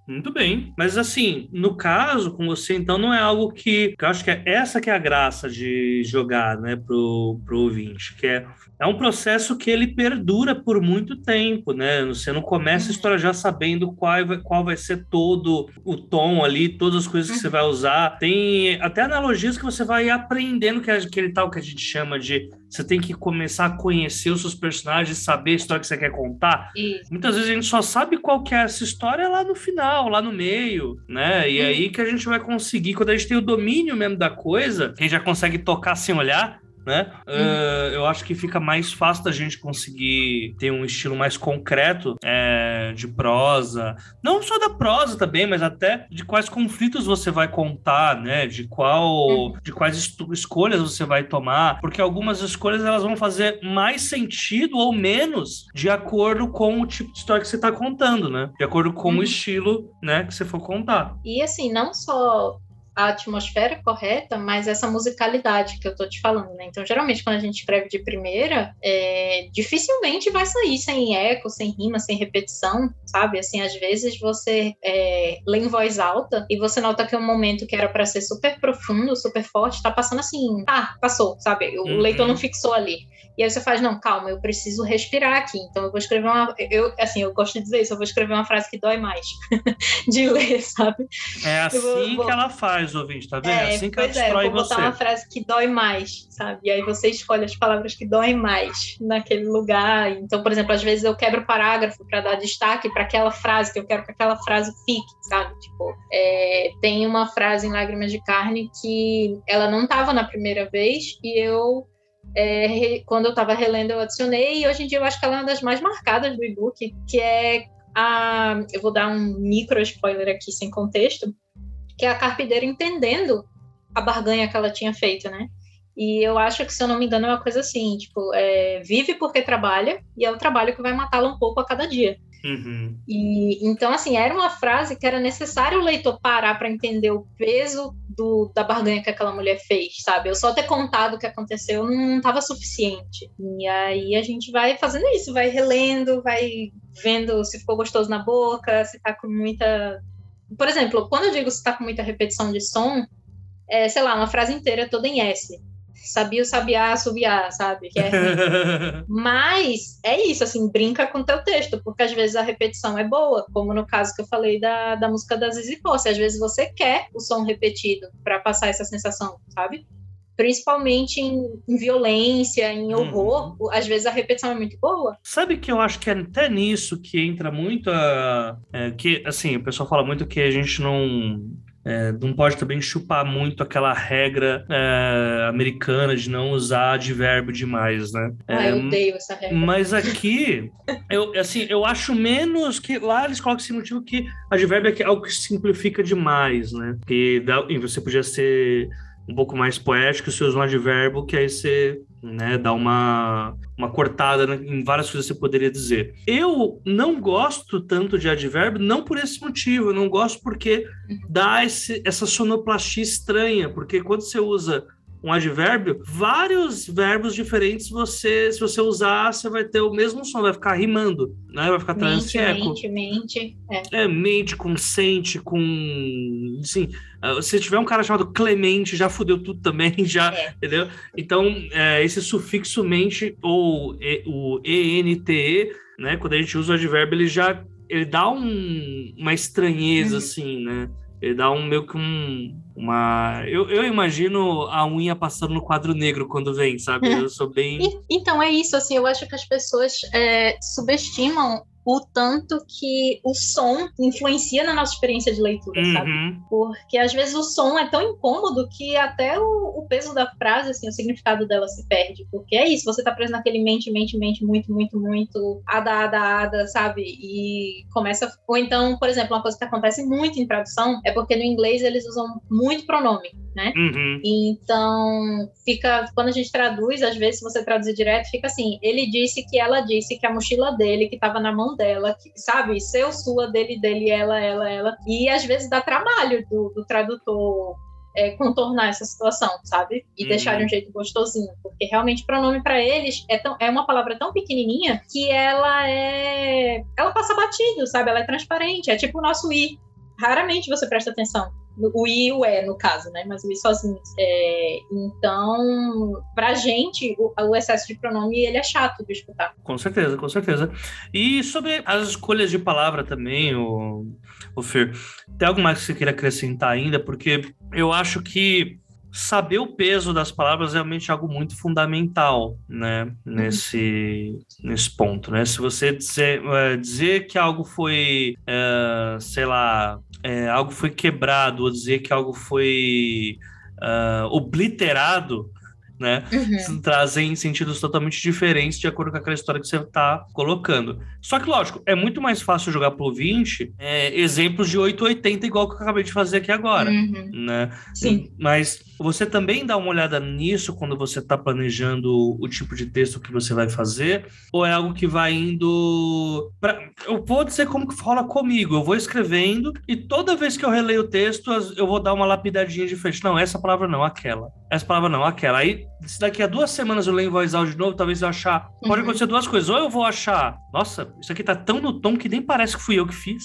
Muito bem. Mas assim, no caso, com você, então, não é algo que... que eu acho que é essa que é a graça de jogar, né, pro, pro ouvinte, que é, é um processo que ele perdura por muito tempo, né? Você não começa a história já sabendo qual vai, qual vai ser todo o tom ali, todas as coisas que você vai usar. Tem até analogias que você vai aprendendo, que é aquele tal que a gente chama de... Você tem que começar a conhecer os seus personagens, saber a história que você quer contar. Isso. Muitas vezes a gente só sabe qual que é essa história lá no final, lá no meio, né? E Hum. aí que a gente vai conseguir, quando a gente tem o domínio mesmo da coisa, que a gente já consegue tocar sem olhar, né? Uhum. Uh, eu acho que fica mais fácil da gente conseguir ter um estilo mais concreto é, de prosa. Não só da prosa também, mas até de quais conflitos você vai contar, né? De qual, Uhum. de quais estu- escolhas você vai tomar, porque algumas escolhas elas vão fazer mais sentido ou menos de acordo com o tipo de história que você está contando, né? De acordo com Uhum. o estilo, né, que você for contar. E assim, não só a atmosfera correta, mas essa musicalidade que eu tô te falando, né? Então, geralmente, quando a gente escreve de primeira, é, dificilmente vai sair sem eco, sem rima, sem repetição, sabe? Assim, às vezes você é, lê em voz alta e você nota que um momento que era para ser super profundo, super forte, tá passando assim, ah, passou, sabe? O Uhum. leitor não fixou ali. E aí você faz, não, calma, eu preciso respirar aqui. Então eu vou escrever uma... Eu, assim, eu gosto de dizer isso, eu vou escrever uma frase que dói mais de ler, sabe? É assim vou, vou... que ela faz, ouvinte, tá vendo? É, é assim que ela pois é, destrói eu vou você. botar uma frase que dói mais, sabe? E aí você escolhe as palavras que doem mais naquele lugar. Então, por exemplo, às vezes eu quebro o parágrafo para dar destaque para aquela frase que eu quero que aquela frase fique, sabe? Tipo, é, tem uma frase em Lágrimas de Carne que ela não estava na primeira vez e eu... É, quando eu estava relendo, eu adicionei, e hoje em dia eu acho que ela é uma das mais marcadas do e-book, que é a... Eu vou dar um micro spoiler aqui, sem contexto, que é a carpideira entendendo a barganha que ela tinha feito, né? E eu acho que, se eu não me engano, é uma coisa assim, tipo, é, vive porque trabalha, e é o trabalho que vai matá-la um pouco a cada dia. Uhum. E, então, assim, era uma frase que era necessário o leitor parar para entender o peso do, da barganha que aquela mulher fez, sabe? Eu só ter contado o que aconteceu não estava suficiente. E aí a gente vai fazendo isso, vai relendo, vai vendo se ficou gostoso na boca, se tá com muita... Por exemplo, quando eu digo se tá com muita repetição de som, é, sei lá, uma frase inteira toda em S. Sabia o sabiá, assobiar, sabe? Que é ruim. Mas é isso, assim, brinca com o teu texto, porque às vezes a repetição é boa, como no caso que eu falei da, da música da Zizi Posse. Às vezes você quer o som repetido para passar essa sensação, sabe? Principalmente em, em violência, em horror, uhum. Às vezes a repetição é muito boa. Sabe que eu acho que é até nisso que entra muito a... É, que, assim, o pessoal fala muito que a gente não... É, não pode também chupar muito aquela regra é, americana de não usar advérbio demais, né? Ah, é, eu odeio essa regra. Mas aqui, eu, assim, eu acho menos que... Lá eles colocam esse motivo que advérbio é algo que simplifica demais, né? Que dá, e você podia ser um pouco mais poético se usa um advérbio, que aí você... Né, dar uma, uma cortada em várias coisas que você poderia dizer. Eu não gosto tanto de advérbio, não por esse motivo, eu não gosto porque dá esse, essa sonoplastia estranha, porque quando você usa um advérbio, vários verbos diferentes, você, se você usar, você vai ter o mesmo som, vai ficar rimando, né? Vai ficar trazendo esse eco. Mente, mente, é. É, mente, com sente, com... Assim, se tiver um cara chamado Clemente, já fudeu tudo também, já, é. Entendeu? Então, é, esse sufixo mente, ou e, o E N T E, né? Quando a gente usa o advérbio, ele já ele dá um, uma estranheza, uhum. Assim, né? Ele dá um meio que um... Uma... Eu, eu imagino a unha passando no quadro negro quando vem, sabe? Eu sou bem... E, então, é isso, assim, eu acho que as pessoas é, subestimam o tanto que o som influencia na nossa experiência de leitura, uhum. sabe? Porque às vezes o som é tão incômodo que até o, o peso da frase, assim, o significado dela se perde. Porque é isso, você tá preso naquele mente, mente, mente, muito, muito, muito, ada, ada, ada, sabe? E começa... Ou então, por exemplo, uma coisa que acontece muito em tradução é porque no inglês eles usam muito pronome, né? Uhum. Então, fica... Quando a gente traduz, às vezes, se você traduzir direto, fica assim, ele disse que ela disse que a mochila dele, que tava na mão dela, que, sabe? Seu, sua, dele, dele, ela, ela, ela. E às vezes dá trabalho do, do tradutor é, contornar essa situação, sabe? E uhum. deixar de um jeito gostosinho. Porque realmente pronome para eles é, tão, é uma palavra tão pequenininha que ela é... Ela passa batido, sabe? Ela é transparente. É tipo o nosso i. raramente você presta atenção. O I e o E, no caso, né? Mas o I sozinho. É, então, pra gente, o, o excesso de pronome, ele é chato de escutar. Com certeza, com certeza. E sobre as escolhas de palavra também, o, o Fer, tem algo mais que você queira acrescentar ainda? Porque eu acho que saber o peso das palavras é realmente algo muito fundamental, né? Nesse, uhum. nesse ponto, né? Se você dizer, é, dizer que algo foi, é, sei lá... É, algo foi quebrado, ou dizer que algo foi uh, obliterado, né? Uhum. Trazem sentidos totalmente diferentes de acordo com aquela história que você está colocando. Só que, lógico, é muito mais fácil jogar pro ouvinte é, exemplos de oito ou oitenta, igual que eu acabei de fazer aqui agora, uhum. né? Sim. Mas você também dá uma olhada nisso quando você está planejando o tipo de texto que você vai fazer? Ou é algo que vai indo... Pra... Eu vou dizer como que rola comigo. Eu vou escrevendo e toda vez que eu releio o texto, eu vou dar uma lapidadinha diferente. Não, essa palavra não, aquela. Essa palavra não, aquela. Aí, se daqui a duas semanas eu leio em voz alta de novo, talvez eu achar... Pode uhum. acontecer duas coisas. Ou eu vou achar... Nossa, isso aqui tá tão no tom que nem parece que fui eu que fiz.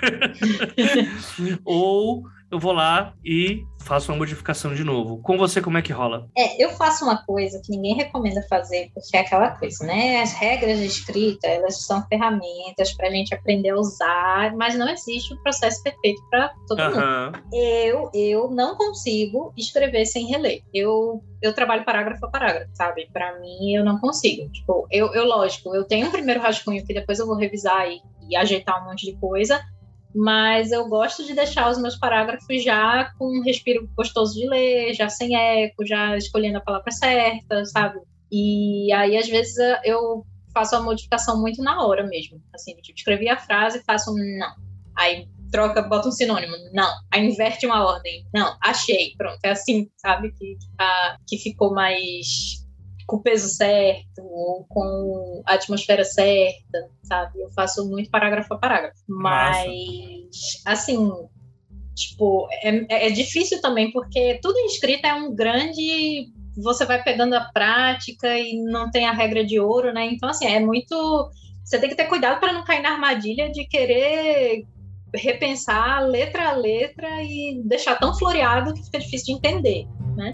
Ou... eu vou lá e faço uma modificação de novo. Com você, como é que rola? É, eu faço uma coisa que ninguém recomenda fazer, porque é aquela coisa, né? As regras de escrita, elas são ferramentas para a gente aprender a usar, mas não existe um processo perfeito para todo uhum. mundo. Eu, eu não consigo escrever sem reler. Eu, eu trabalho parágrafo a parágrafo, sabe? Para mim, eu não consigo. Tipo, eu, eu, lógico, eu tenho um primeiro rascunho que depois eu vou revisar e, e ajeitar um monte de coisa, mas eu gosto de deixar os meus parágrafos já com um respiro gostoso de ler, já sem eco, já escolhendo a palavra certa, sabe? E aí, às vezes, eu faço a modificação muito na hora mesmo. Assim, tipo, escrevi a frase, faço um não. Aí troca, bota um sinônimo, não. Aí inverte uma ordem, não. Achei, pronto. É assim, sabe? Que, a, que ficou mais... com o peso certo, ou com a atmosfera certa, sabe? Eu faço muito parágrafo a parágrafo. Mas, Massa. assim, tipo, é, é difícil também, porque tudo em escrita é um grande... Você vai pegando a prática e não tem a regra de ouro, né? Então, assim, é muito... Você tem que ter cuidado para não cair na armadilha de querer repensar letra a letra e deixar tão floreado que fica difícil de entender, né?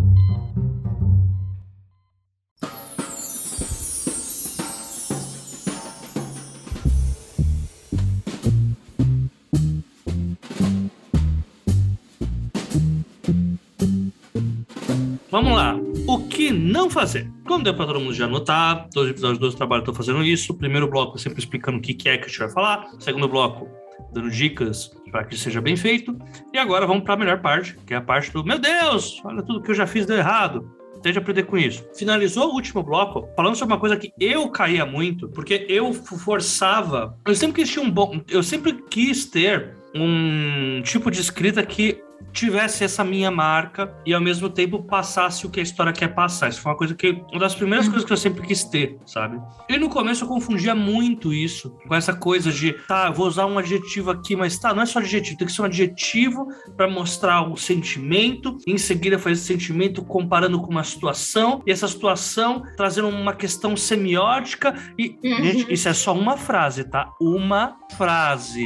Vamos lá. O que não fazer? Como deu para todo mundo já anotar, todos os episódios do trabalho estão fazendo isso. O primeiro bloco é sempre explicando o que é que a gente vai falar. O segundo bloco, dando dicas para que seja bem feito. E agora vamos para a melhor parte, que é a parte do meu Deus, olha tudo que eu já fiz deu errado. Tente aprender com isso. Finalizou o último bloco falando sobre uma coisa que eu caía muito, porque eu forçava. Eu sempre quis ter um bom. Eu sempre quis ter um tipo de escrita que tivesse essa minha marca e ao mesmo tempo passasse o que a história quer passar. Isso foi uma coisa que... Uma das primeiras coisas que eu sempre quis ter, sabe? E no começo eu confundia muito isso com essa coisa de, tá, eu vou usar um adjetivo aqui, mas tá, não é só adjetivo, tem que ser um adjetivo para mostrar o sentimento, e em seguida fazer esse sentimento comparando com uma situação, e essa situação trazendo uma questão semiótica e... Uhum. Gente, isso é só uma frase, tá? Uma frase.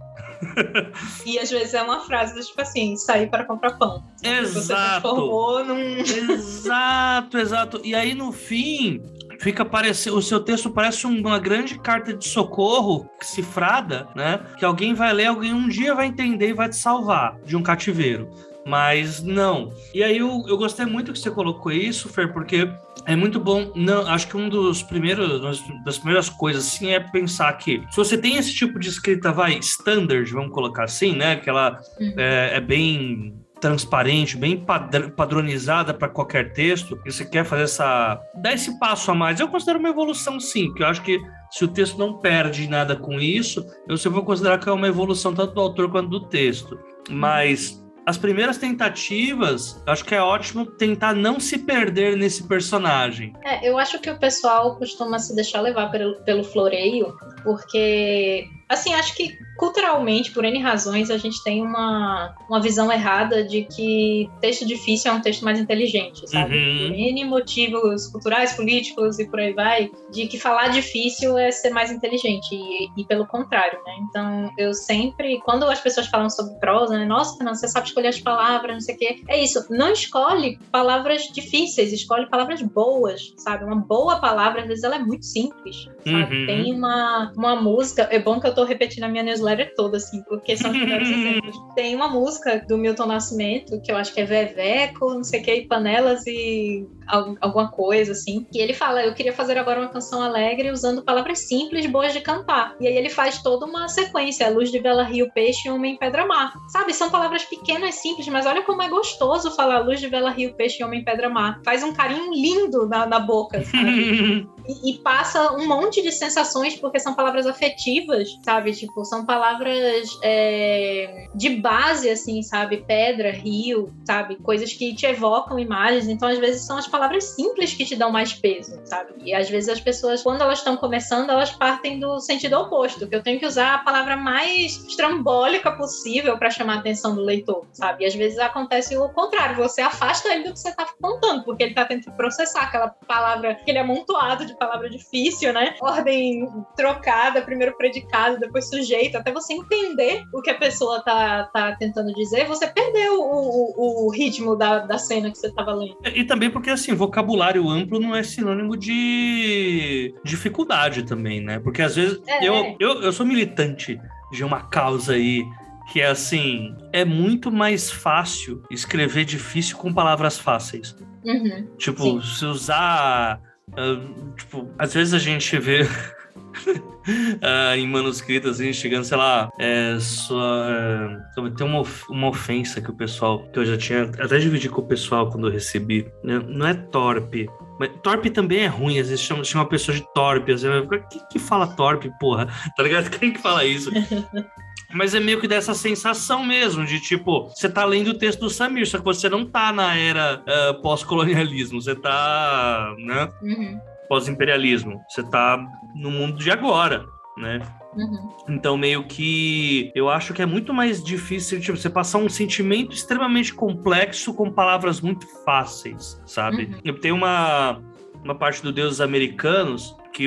E às vezes é uma frase tipo assim, sair para comprar pão. Exato. Você transformou num... Exato, exato. E aí no fim fica parecendo, o seu texto parece uma grande carta de socorro cifrada, né? Que alguém vai ler, alguém um dia vai entender e vai te salvar de um cativeiro. Mas não. E aí eu, eu gostei muito que você colocou isso, Fer, porque é muito bom. Não, acho que um dos primeiros, das primeiras coisas assim é pensar que se você tem esse tipo de escrita, vai, standard, vamos colocar assim, né? Que ela uhum. é, é bem transparente, bem padr- padronizada para qualquer texto, e você quer fazer essa... dar esse passo a mais. Eu considero uma evolução, sim, porque eu acho que se o texto não perde nada com isso, eu sempre vou considerar que é uma evolução tanto do autor quanto do texto. Mas... as primeiras tentativas, acho que é ótimo tentar não se perder nesse personagem. É, eu acho que o pessoal costuma se deixar levar pelo, pelo floreio porque, assim, acho que culturalmente, por N razões, a gente tem uma, uma visão errada de que texto difícil é um texto mais inteligente, sabe? Uhum. Por N motivos culturais, políticos e por aí vai, de que falar difícil é ser mais inteligente, e, e pelo contrário, né? Então, eu sempre, quando as pessoas falam sobre prosa, né? Nossa, Fernanda, você sabe escolher as palavras, não sei o quê. É isso, não escolhe palavras difíceis, escolhe palavras boas, sabe? Uma boa palavra, às vezes, ela é muito simples, sabe? Uhum. Tem uma, uma música, é bom que eu tô repetindo a minha newsletter toda, assim, porque são os melhores exemplos. Tem uma música do Milton Nascimento, que eu acho que é Veveco, não sei o que, e Panelas e alguma coisa, assim, que ele fala, eu queria fazer agora uma canção alegre usando palavras simples, boas de cantar. E aí ele faz toda uma sequência, Luz de Vela, Rio, Peixe, Homem, Pedra, Mar. Sabe, são palavras pequenas, simples, mas olha como é gostoso falar Luz de Vela, Rio, Peixe, Homem, Pedra, Mar. Faz um carinho lindo na, na boca, sabe? e, e passa um monte de sensações, porque são palavras afetivas, sabe? Tipo, são palavras é, de base, assim, sabe? Pedra, rio, sabe? Coisas que te evocam imagens. Então, às vezes, são as palavras simples que te dão mais peso, sabe? E, às vezes, as pessoas, quando elas estão começando, elas partem do sentido oposto, que eu tenho que usar a palavra mais estrambólica possível para chamar a atenção do leitor, sabe? E, às vezes, acontece o contrário. Você afasta ele do que você tá contando, porque ele tá tentando processar aquela palavra, aquele amontoado de palavra difícil, né? Ordem trocada, primeiro predicado, depois sujeito, até você entender o que a pessoa tá, tá tentando dizer, você perdeu o, o, o ritmo da, da cena que você tava lendo. E, e também porque, assim, vocabulário amplo não é sinônimo de dificuldade também, né? Porque, às vezes, é. eu, eu, eu sou militante de uma causa aí que é, assim, é muito mais fácil escrever difícil com palavras fáceis. Uhum, tipo, sim. se usar... Uh, tipo, às vezes a gente vê... Uh, em manuscritos, assim, chegando, sei lá, é, sua, uh, tem uma, uma ofensa que o pessoal, que eu já tinha até dividi com o pessoal quando eu recebi, né? Não é torpe, mas torpe também é ruim, às vezes chama, chama uma pessoa de torpe, assim, quem que fala torpe, porra, tá ligado? Quem que fala isso? Mas é meio que dessa sensação mesmo, de tipo, você tá lendo o texto do Samir, só que você não tá na era uh, pós-colonialismo, você tá, né? Uhum. Pós-imperialismo, você tá no mundo de agora, né? Uhum. Então, meio que eu acho que é muito mais difícil, tipo, você passar um sentimento extremamente complexo com palavras muito fáceis, sabe? Uhum. Tem uma, uma parte do Deuses Americanos que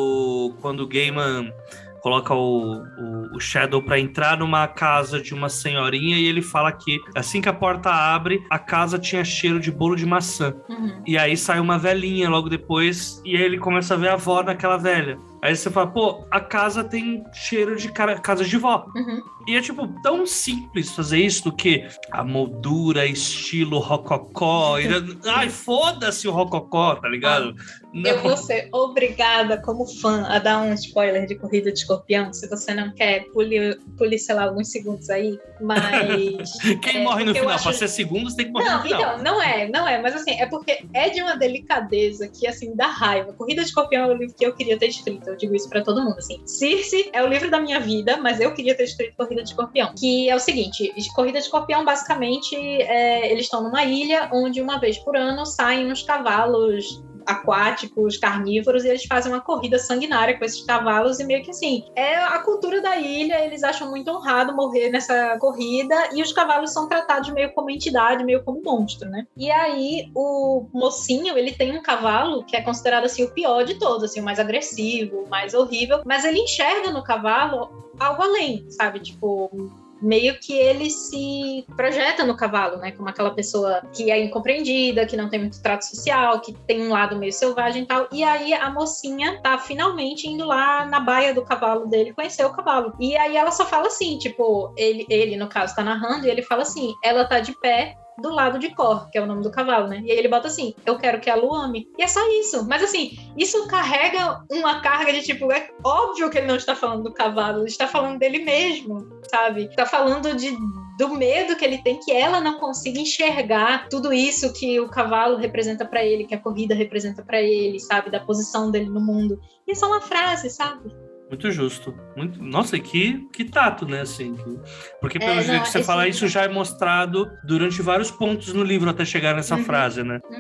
o, quando o Gaiman coloca o, o, o Shadow pra entrar numa casa de uma senhorinha e ele fala que assim que a porta abre, a casa tinha cheiro de bolo de maçã. Uhum. E aí sai uma velhinha logo depois e aí ele começa a ver a avó daquela velha. Aí você fala, pô, a casa tem cheiro de cara, casa de vó. Uhum. E é, tipo, tão simples fazer isso do que a moldura, estilo rococó. E... Ai, foda-se o rococó, tá ligado? Ah, eu vou ser obrigada, como fã, a dar um spoiler de Corrida de Escorpião, se você não quer, pule, pule sei lá, alguns segundos aí, mas... Quem é, morre no final? acho... Pra ser segundos, tem que morrer não, no final. Então, não é, não é, mas assim, é porque é de uma delicadeza que, assim, dá raiva. Corrida de Escorpião é o livro que eu queria ter escrito, eu digo isso pra todo mundo, assim. Circe é o livro da minha vida, mas eu queria ter escrito Corrida de Escorpião. Que é o seguinte, Corrida de Escorpião, basicamente, é, eles estão numa ilha onde uma vez por ano saem uns cavalos aquáticos, carnívoros, e eles fazem uma corrida sanguinária com esses cavalos, e meio que assim, é a cultura da ilha, eles acham muito honrado morrer nessa corrida, e os cavalos são tratados meio como entidade, meio como monstro, né? E aí, o mocinho, ele tem um cavalo que é considerado, assim, o pior de todos, assim, o mais agressivo, o mais horrível, mas ele enxerga no cavalo algo além, sabe? Tipo... meio que ele se projeta no cavalo, né? Como aquela pessoa que é incompreendida, que não tem muito trato social, que tem um lado meio selvagem e tal. E aí a mocinha tá finalmente indo lá na baia do cavalo dele conhecer o cavalo. E aí ela só fala assim, tipo, ele, ele no caso tá narrando, e ele fala assim, ela tá de pé do lado de Cor, que é o nome do cavalo, né? E aí ele bota assim, eu quero que ela o ame. E é só isso. Mas assim, isso carrega uma carga de tipo, é óbvio que ele não está falando do cavalo, ele está falando dele mesmo, sabe? Está falando de, do medo que ele tem que ela não consiga enxergar tudo isso que o cavalo representa pra ele, que a corrida representa pra ele, sabe? Da posição dele no mundo. E é só uma frase, sabe? Muito justo. Muito... Nossa, que, que tato, né? Assim, que... Porque pelo é, jeito não, que você esse... fala, isso já é mostrado durante vários pontos no livro até chegar nessa uhum, frase, né? Uhum.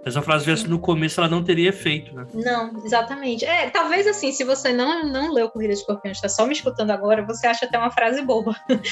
Se essa frase viesse no começo, ela não teria efeito, né? Não, exatamente. É, talvez assim, se você não, não leu Corrida de Escorpiões, está só me escutando agora, você acha até uma frase boba.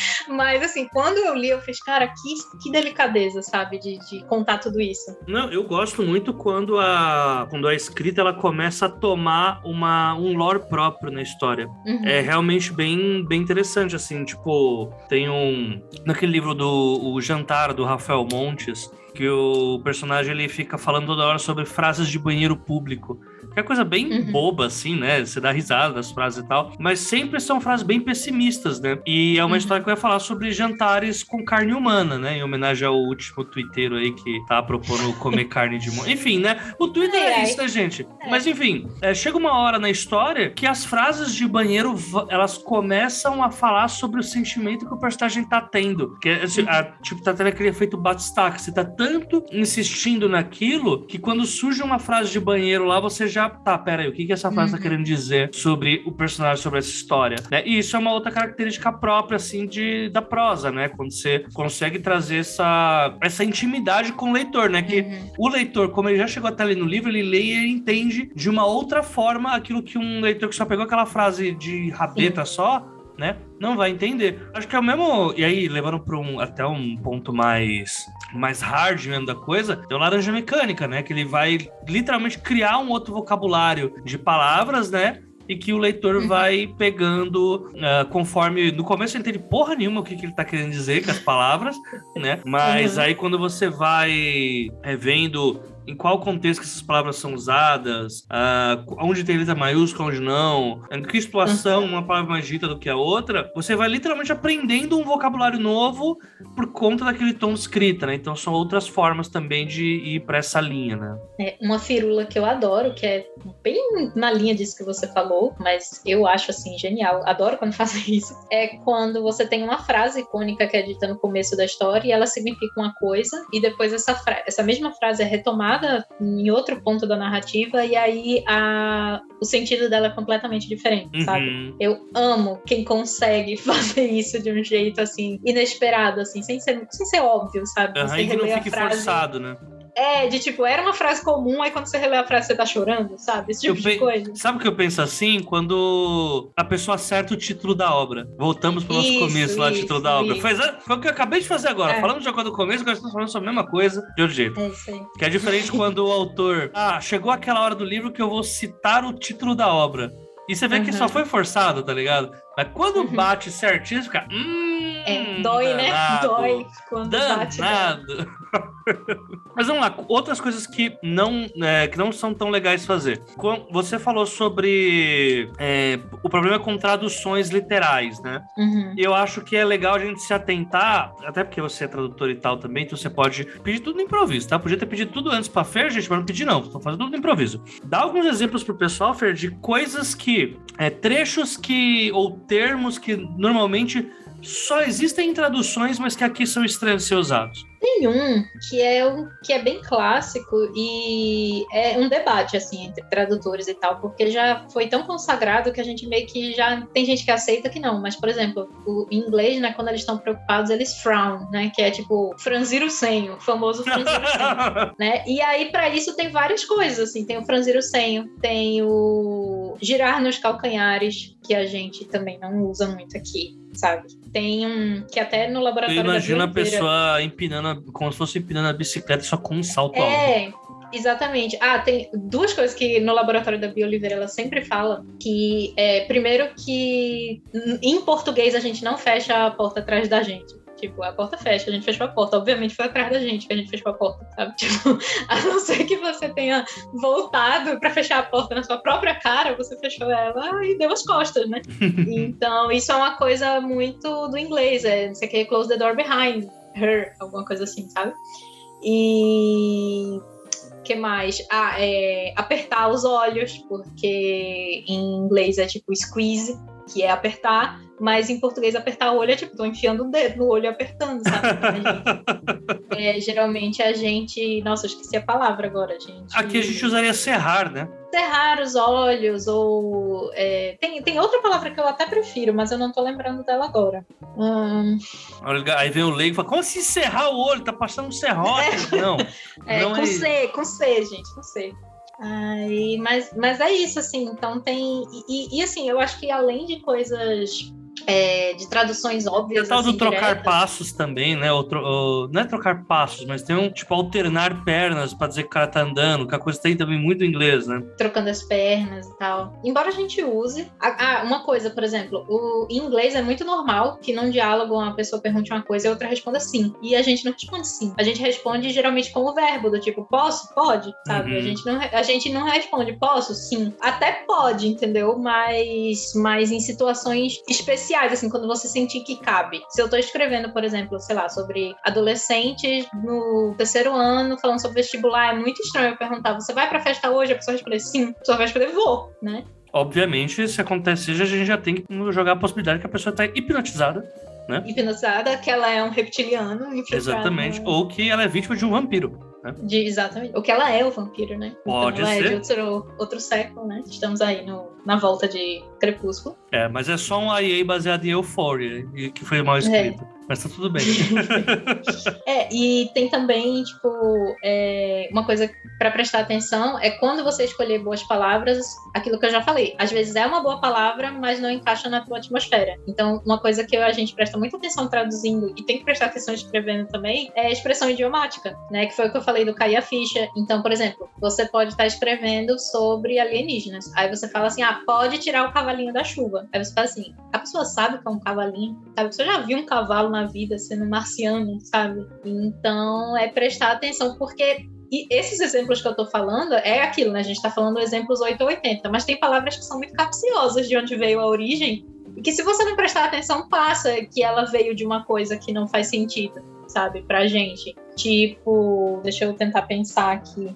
Mas assim, quando eu li, eu fiz, cara, que, que delicadeza, sabe, de, de contar tudo isso. Não, eu gosto muito quando a, quando a escrita ela começa a tomar uma, um lore próprio na história. Uhum. É realmente bem, bem interessante, assim, tipo, tem um... Naquele livro do o Jantar, do Rafael Montes, que o personagem ele fica falando toda hora sobre frases de banheiro público. Que é coisa bem uhum. boba, assim, né? Você dá risada das frases e tal. Mas sempre são frases bem pessimistas, né? E é uma uhum. história que vai falar sobre jantares com carne humana, né? Em homenagem ao último twitteiro aí que tá propondo comer carne de monstro. Enfim, né? O Twitter é, é isso, né, gente? É. Mas enfim, é, chega uma hora na história que as frases de banheiro, elas começam a falar sobre o sentimento que o personagem tá tendo. Que é, assim, a, tipo, tá tendo aquele efeito Batistaca. Você tá tanto insistindo naquilo que quando surge uma frase de banheiro lá, você já tá, pera aí, o que que essa frase uhum. tá querendo dizer sobre o personagem, sobre essa história, né? E isso é uma outra característica própria, assim, de, da prosa, né? Quando você consegue trazer essa, essa intimidade com o leitor, né? Que uhum. o leitor, como ele já chegou até ali no livro, ele lê e ele entende de uma outra forma aquilo que um leitor que só pegou aquela frase de rabeta Sim. só, né? Não vai entender. Acho que é o mesmo... E aí, levando para um, até um ponto mais, mais hard mesmo da coisa, tem o Laranja Mecânica, né? Que ele vai literalmente criar um outro vocabulário de palavras, né? E que o leitor uhum. vai pegando uh, conforme... No começo ele entende porra nenhuma o que, que ele tá querendo dizer com as palavras, né? Mas uhum. aí quando você vai é, vendo... em qual contexto que essas palavras são usadas, uh, onde tem letra maiúscula, onde não, em que situação uma palavra mais dita do que a outra, você vai literalmente aprendendo um vocabulário novo por conta daquele tom de escrita, né? Então são outras formas também de ir para essa linha, né? É uma firula que eu adoro, que é bem na linha disso que você falou, mas eu acho assim genial, adoro quando fazem isso, é quando você tem uma frase icônica que é dita no começo da história e ela significa uma coisa e depois essa, fra- essa mesma frase é retomada em outro ponto da narrativa e aí a, o sentido dela é completamente diferente, uhum. sabe? Eu amo quem consegue fazer isso de um jeito assim, inesperado, assim, sem ser, sem ser óbvio, sabe? Uhum, e que não fique frase... forçado, né? É, de tipo, era uma frase comum, aí quando você relê a frase você tá chorando, sabe? Esse tipo eu de pe... coisa. Sabe o que eu penso assim? Quando a pessoa acerta o título da obra. Voltamos pro nosso isso, começo lá, o título da obra. Foi, foi o que eu acabei de fazer agora. É. Falamos já quando do começo, agora estamos falando sobre a mesma coisa, de outro jeito. É isso aí. Que é diferente quando o autor... Ah, chegou aquela hora do livro que eu vou citar o título da obra. E você vê uhum. que só foi forçado, tá ligado? Mas quando uhum. bate certinho, você fica... Hum, é, dói, danado, né? Dói quando bate. Danado. Mas vamos lá, outras coisas que não, é, que não são tão legais fazer. Você falou sobre é, o problema com traduções literais, né? Uhum. Eu acho que é legal a gente se atentar, até porque você é tradutor e tal também, então você pode pedir tudo no improviso, tá? Podia ter pedido tudo antes pra Fer, gente, mas não pedir não, tô fazendo tudo no improviso. Dá alguns exemplos pro pessoal, Fer, de coisas que, é, trechos que, ou termos que normalmente só existem em traduções, mas que aqui são estranhos de ser usados. Tem um que é, um que é bem clássico e é um debate, assim, entre tradutores e tal, porque já foi tão consagrado que a gente meio que já... Tem gente que aceita que não, mas, por exemplo, o, em inglês, né, quando eles estão preocupados, eles frown, né, que é tipo franzir o senho, o famoso franzir o senho, né? E aí, pra isso, tem várias coisas, assim, tem o franzir o senho, tem o girar nos calcanhares, que a gente também não usa muito aqui, sabe? Tem um que até no laboratório eu imagino da a pessoa empinando, como se fosse empinando a bicicleta só com um salto alto. É, exatamente. Ah, tem duas coisas que no laboratório da Bia Oliveira ela sempre fala, que é, primeiro que em português a gente não fecha a porta atrás da gente. Tipo, a porta fecha, a gente fechou a porta. Obviamente foi atrás da gente que a gente fechou a porta, sabe? Tipo, a não ser que você tenha voltado pra fechar a porta na sua própria cara, você fechou ela e deu as costas, né? Então, isso é uma coisa muito do inglês, é, não sei o que, close the door behind her, alguma coisa assim, sabe? E... o que mais? Ah, é apertar os olhos, porque em inglês é tipo squeeze, que é apertar, Mas em português apertar o olho é tipo, tô enfiando o dedo no olho e apertando, sabe? é, geralmente a gente... Nossa, eu esqueci a palavra agora, gente. Aqui a gente usaria cerrar, né? Cerrar os olhos, ou... É, tem, tem outra palavra que eu até prefiro, mas eu não tô lembrando dela agora. Hum... Aí vem o leigo e fala, como assim cerrar o olho? Tá passando um serrote? É. Não. É, não com é... C, com C, gente, com C. Ai, mas, mas é isso, assim, então tem... E, e assim, eu acho que além de coisas... É, de traduções óbvias. E o tal assim, do trocar diretas. passos também, né? O tro... o... Não é trocar passos, mas tem um tipo alternar pernas pra dizer que o cara tá andando, que a coisa tem também muito inglês, né? Trocando as pernas e tal. Embora a gente use. Ah, uma coisa, por exemplo, o... em inglês é muito normal que num diálogo uma pessoa pergunte uma coisa e a outra responda sim. E a gente não responde sim. A gente responde geralmente com o verbo, do tipo, posso? Pode? Sabe? Uhum. A, gente não... a gente não responde, posso? Sim. Até pode, entendeu? Mas, mas em situações especiais. Assim, quando você sentir que cabe. Se eu tô escrevendo, por exemplo, sei lá, sobre adolescentes no terceiro ano, falando sobre vestibular, é muito estranho eu perguntar, você vai pra festa hoje? A pessoa responder sim, a pessoa vai responder vou, né? Obviamente, se acontecer, a gente já tem que jogar a possibilidade que a pessoa tá hipnotizada, né? Hipnotizada, que ela é um reptiliano. Exatamente, ou que ela é vítima de um vampiro. Né? De, exatamente. Ou que ela é o vampiro, né? Pode então ela ser. é de outro, outro século, né? Estamos aí no, na volta de Crepúsculo. É, mas é só um I A baseado em Euphoria, que foi mal escrito. É. Mas tá tudo bem. É, e tem também, tipo, é, uma coisa pra prestar atenção é quando você escolher boas palavras, aquilo que eu já falei. Às vezes é uma boa palavra, mas não encaixa na tua atmosfera. Então, uma coisa que a gente presta muita atenção traduzindo e tem que prestar atenção escrevendo também é a expressão idiomática, né? Que foi o que eu falei do cair a ficha. Então, por exemplo, você pode estar escrevendo sobre alienígenas. Aí você fala assim, ah, pode tirar o cavalinho da chuva. Aí você fala assim, a pessoa sabe o que é um cavalinho? Sabe? Você já viu um cavalo na vida sendo marciano, sabe? Então, é prestar atenção, porque e esses exemplos que eu tô falando é aquilo, né? A gente tá falando exemplos oito ou oitenta, mas tem palavras que são muito capciosas de onde veio a origem e que se você não prestar atenção, passa que ela veio de uma coisa que não faz sentido, sabe? Pra gente. Tipo, deixa eu tentar pensar aqui.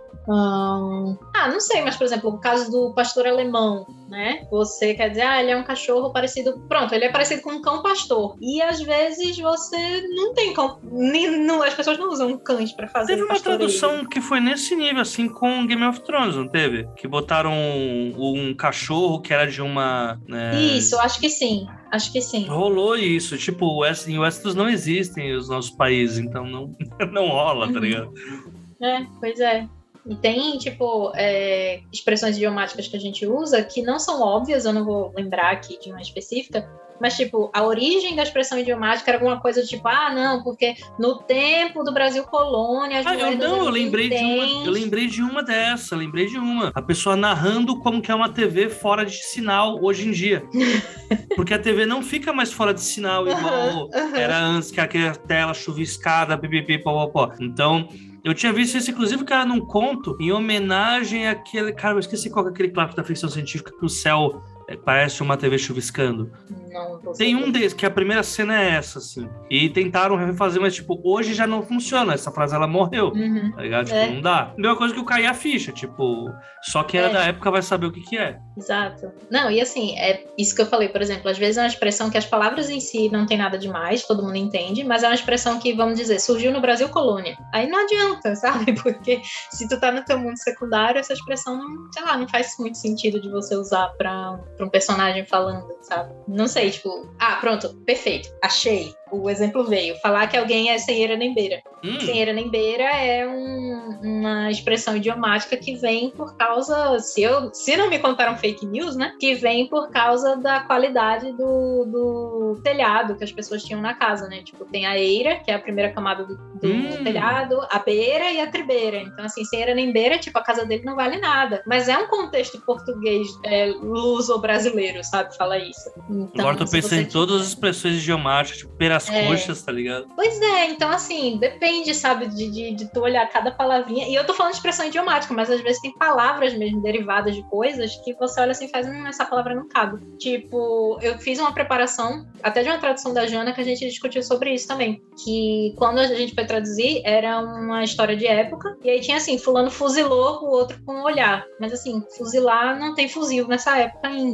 Hum... Ah, não sei, mas, por exemplo, o caso do pastor alemão, né? Você quer dizer, ah, ele é um cachorro parecido... Pronto, ele é parecido com um cão pastor. E, às vezes, você não tem cão... Nem, não, as pessoas não usam cães pra fazer Teve uma pastoreio. tradução que foi nesse nível, assim, com Game of Thrones, não teve? Que botaram um, um cachorro que era de uma... Né... Isso, acho que sim. Acho que sim. Rolou isso. Tipo, em Westeros não existem os nossos países, então não, não rola, tá ligado? É, pois é. E tem, tipo, é, expressões idiomáticas que a gente usa que não são óbvias, eu não vou lembrar aqui de uma específica, mas, tipo, a origem da expressão idiomática era alguma coisa do tipo, ah, não, porque no tempo do Brasil colônia... As ah, eu não, eu lembrei, de uma, eu lembrei de uma dessa, lembrei de uma. A pessoa narrando como que é uma T V fora de sinal hoje em dia. Porque a T V não fica mais fora de sinal igual uhum, uhum. era antes, que aquela tela chuviscada, pipipi, pó. Então... Eu tinha visto isso, inclusive, que era num conto em homenagem àquele... Cara, eu esqueci qual é aquele clássico da ficção científica que o céu é, parece uma T V chuviscando. Não, não Tem um desses, que a primeira cena é essa, assim. E tentaram refazer, mas, tipo, hoje já não funciona. Essa frase, ela morreu. Uhum. Tá ligado? Tipo, é. não dá. Mesma coisa que o cair a ficha, tipo... Só quem era é. da época vai saber o que que é. Exato. Não, e assim, é isso que eu falei, por exemplo, às vezes é uma expressão que as palavras em si não tem nada demais, todo mundo entende, mas é uma expressão que, vamos dizer, surgiu no Brasil colônia. Aí não adianta, sabe? Porque se tu tá no teu mundo secundário, essa expressão, não, sei lá, não faz muito sentido de você usar pra, pra um personagem falando, sabe? Não sei, tipo... Ah, pronto, perfeito, achei. O exemplo veio. Falar que alguém é sem eira nem beira. Hum. Sem eira nem beira é um, uma expressão idiomática que vem por causa... Se, eu, se não me contaram fake news, né? Que vem por causa da qualidade do, do telhado que as pessoas tinham na casa, né? Tipo, tem a eira, que é a primeira camada do, do hum. telhado, a beira e a tribeira. Então, assim, sem eira nem beira, tipo, a casa dele não vale nada. Mas é um contexto português é, luso-brasileiro, sabe? Fala isso. Então, agora eu tô pensando em tiver... todas as expressões idiomáticas, tipo, pera as é. coxas, tá ligado? Pois é, então assim, depende, sabe, de, de, de tu olhar cada palavrinha. E eu tô falando de expressão idiomática, mas às vezes tem palavras mesmo derivadas de coisas que você olha assim e faz, hum, essa palavra não cabe. Tipo, eu fiz uma preparação, até de uma tradução da Jana, que a gente discutiu sobre isso também. Que quando a gente foi traduzir, era uma história de época, e aí tinha assim, fulano fuzilou o outro com um olhar. Mas assim, fuzilar não tem fuzil nessa época ainda.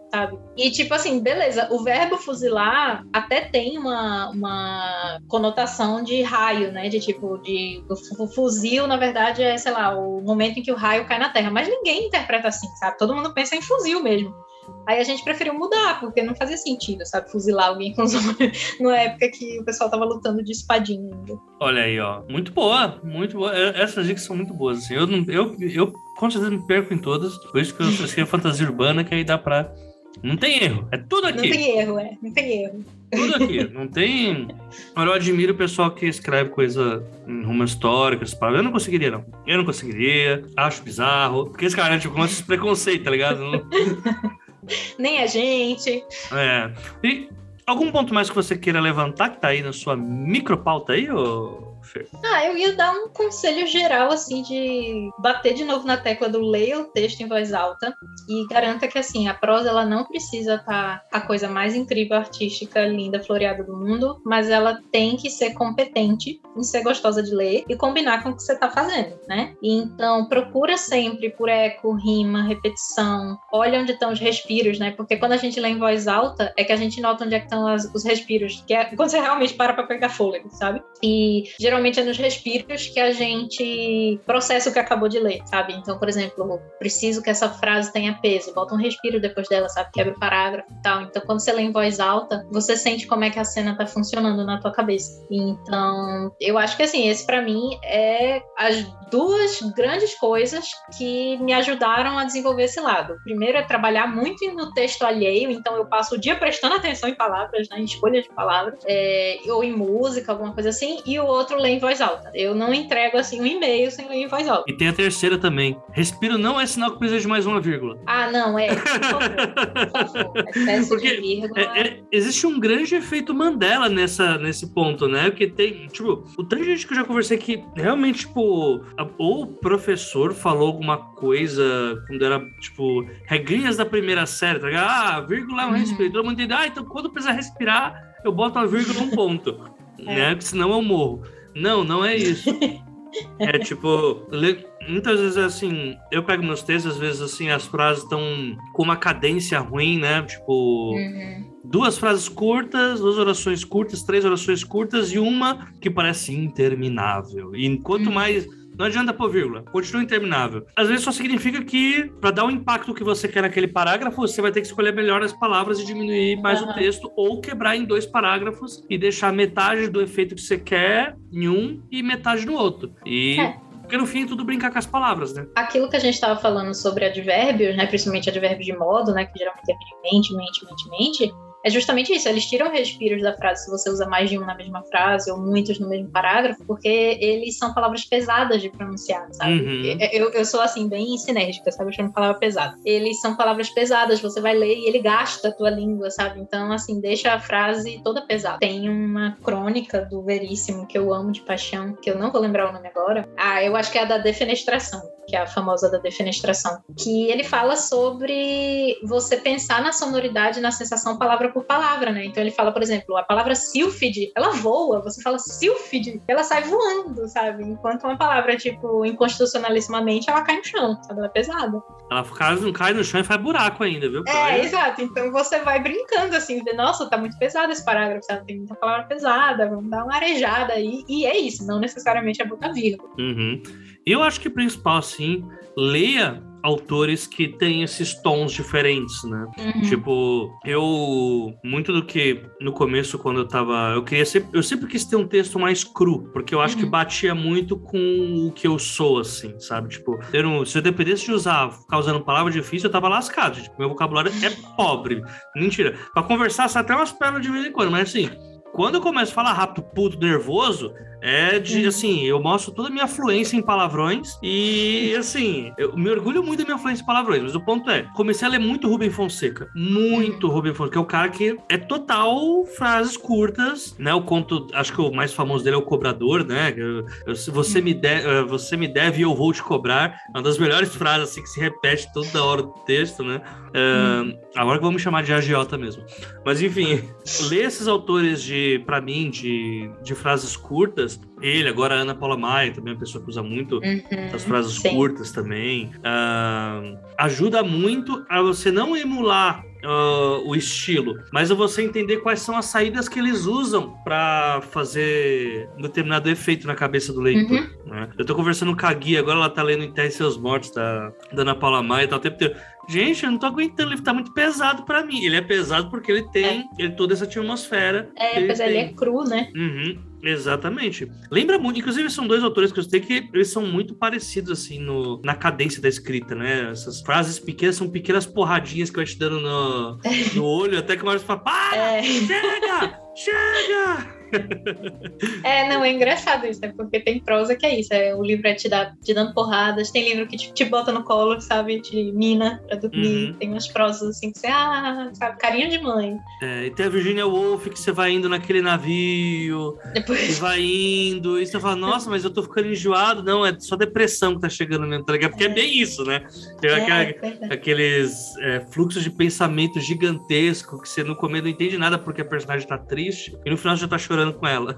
sabe? E tipo assim, beleza, o verbo fuzilar até tem uma, uma conotação de raio, né? De tipo, de o fuzil, na verdade, é, sei lá, o momento em que o raio cai na terra. Mas ninguém interpreta assim, sabe? Todo mundo pensa em fuzil mesmo. Aí a gente preferiu mudar, porque não fazia sentido, sabe? Fuzilar alguém com os olhos numa época que o pessoal tava lutando de espadinha ainda. Olha aí, ó. Muito boa, muito boa. Essas dicas são muito boas, assim. Eu, não, eu, eu com certeza me perco em todas, por isso que eu escrevo fantasia urbana, que aí dá pra... Não tem erro, é tudo aqui. Não tem erro, é. Não tem erro. Tudo aqui, não tem... Eu admiro o pessoal que escreve coisa em rumo histórico, essas palavras. Eu não conseguiria, não. Eu não conseguiria, acho bizarro. Porque esse cara, tipo, começa esse preconceito, tá ligado? Não... Nem a gente. É. E algum ponto mais que você queira levantar, que tá aí na sua micropauta aí, ô Fer? Ah, eu ia dar um conselho geral, assim, de bater de novo na tecla do leia o texto em voz alta e garanta que, assim, a prosa, ela não precisa estar a coisa mais incrível, artística, linda, floreada do mundo, mas ela tem que ser competente em ser gostosa de ler e combinar com o que você tá fazendo, né? E então, procura sempre por eco, rima, repetição, olha onde estão os respiros, né? Porque quando a gente lê em voz alta, é que a gente nota onde é que estão as, os respiros, que é quando você realmente para pra pegar fôlego, sabe? E geralmente é nos respiros que a gente processa o que acabou de ler, sabe? Então, por exemplo, preciso que essa frase tenha peso, bota um respiro depois dela, sabe? Quebra o parágrafo e tal. Então, quando você lê em voz alta, você sente como é que a cena tá funcionando na tua cabeça. Então, eu acho que, assim, esse pra mim é as duas grandes coisas que me ajudaram a desenvolver esse lado. O primeiro é trabalhar muito no texto alheio, então eu passo o dia prestando atenção em palavras, né, em escolha de palavras, é, ou em música, alguma coisa assim, e o outro lê em voz alta. Eu não entrego, assim, um e-mail sem ler em voz alta. E tem a terceira também. Respiro não é sinal que precisa de mais uma vírgula. Ah, não, é. Por favor, por favor. Excesso Porque de vírgula. É, é, existe um grande efeito Mandela nessa, nesse ponto, né? Porque tem, tipo, o tanto de gente que eu já conversei que realmente, tipo, ou o professor falou alguma coisa quando era, tipo, regrinhas da primeira série, tá ligado? Ah, vírgula é um respiro. Todo mundo entende, ah, então quando precisar respirar, eu boto uma vírgula num ponto, é. né? Porque senão eu morro. Não, não é isso. É tipo, muitas vezes assim, eu pego meus textos, às vezes assim, as frases estão com uma cadência ruim, né? Tipo, uhum. duas frases curtas, duas orações curtas, três orações curtas e uma que parece interminável. E quanto uhum. mais... Não adianta pôr vírgula, continua interminável. Às vezes só significa que, para dar o impacto que você quer naquele parágrafo, você vai ter que escolher melhor as palavras e diminuir mais uhum. o texto, ou quebrar em dois parágrafos e deixar metade do efeito que você quer em um e metade no outro. E... É. Porque no fim tudo brincar com as palavras, né? Aquilo que a gente estava falando sobre advérbios, né? Principalmente advérbios de modo, né? Que geralmente é mente, mente, mente, mente. É justamente isso, eles tiram respiros da frase se você usa mais de um na mesma frase ou muitos no mesmo parágrafo, porque eles são palavras pesadas de pronunciar, sabe? Uhum. Eu, eu sou, assim, bem sinérgica, sabe? Eu chamo palavra pesada. Eles são palavras pesadas, você vai ler e ele gasta a tua língua, sabe? Então, assim, deixa a frase toda pesada. Tem uma crônica do Veríssimo que eu amo de paixão, que eu não vou lembrar o nome agora. Ah, eu acho que é a da defenestração, que é a famosa da defenestração, que ele fala sobre você pensar na sonoridade, na sensação palavra por palavra, né? Então ele fala, por exemplo, a palavra sílfide, ela voa, você fala sílfide, ela sai voando, sabe? Enquanto uma palavra, tipo, inconstitucionalissimamente, ela cai no chão, sabe? Ela é pesada. Ela não cai no chão e faz buraco ainda, viu? É, exato. Então você vai brincando, assim, de, nossa, tá muito pesado esse parágrafo, sabe? Tem muita palavra pesada, vamos dar uma arejada aí. E é isso, não necessariamente é botar vírgula. Uhum. Eu acho que o principal, assim, leia autores que têm esses tons diferentes, né? Uhum. Tipo, eu... Muito do que no começo, quando eu tava... Eu queria sempre... Eu sempre quis ter um texto mais cru, porque eu acho uhum. que batia muito com o que eu sou, assim, sabe? Tipo, eu não, se eu dependesse de usar, ficar usando palavra difícil, eu tava lascado. Tipo, meu vocabulário é pobre. Mentira. Pra conversar, sai até umas pérolas de vez em quando, mas assim... Quando eu começo a falar rápido, puto, nervoso, é de, assim, eu mostro toda a minha fluência em palavrões e, assim, eu me orgulho muito da minha fluência em palavrões, mas o ponto é, comecei a ler muito Rubem Fonseca, muito Rubem Fonseca, que é o cara que é total frases curtas, né, o conto, acho que o mais famoso dele é O Cobrador, né, eu, eu, se você me, de, você me deve e eu vou te cobrar, é uma das melhores frases, assim, que se repete toda hora do texto, né, uh, agora que vamos me chamar de agiota mesmo, mas enfim, ler esses autores de para mim, de, de frases curtas, ele, agora a Ana Paula Maia, também é uma pessoa que usa muito uhum, as frases sim. curtas também, uh, ajuda muito a você não emular uh, o estilo, mas é você entender quais são as saídas que eles usam para fazer um determinado efeito na cabeça do leitor. Uhum. Né? Eu tô conversando com a Gui, agora ela tá lendo Enterre Seus Mortos, da, da Ana Paula Maia e tal, o tempo inteiro. Gente, eu não tô aguentando, o livro tá muito pesado pra mim. Ele é pesado porque ele tem é. ele, toda essa atmosfera. É, apesar ele, ele é cru, né? Uhum, exatamente. Lembra muito, inclusive são dois autores que eu sei que eles são muito parecidos, assim, no, na cadência da escrita, né? Essas frases pequenas são pequenas porradinhas que vai te dando no, no olho, até que uma hora você fala, para, é. chega, chega! É, não, é engraçado isso, né? Porque tem prosa que é isso, é, o livro é te, dá, te dando porradas, tem livro que te, te bota no colo, sabe, te mina pra dormir, uhum. Tem umas prosas assim que você, ah, sabe, carinho de mãe. É, e tem a Virginia Woolf que você vai indo naquele navio, Depois... e vai indo, e você fala, nossa, mas eu tô ficando enjoado, não, é só depressão que tá chegando mesmo, tá ligado? Porque é, é bem isso, né? Tem é, aquela, é aqueles é, fluxos de pensamento gigantesco que você no começo não entende nada porque a personagem tá triste, e no final você já tá chorando com ela.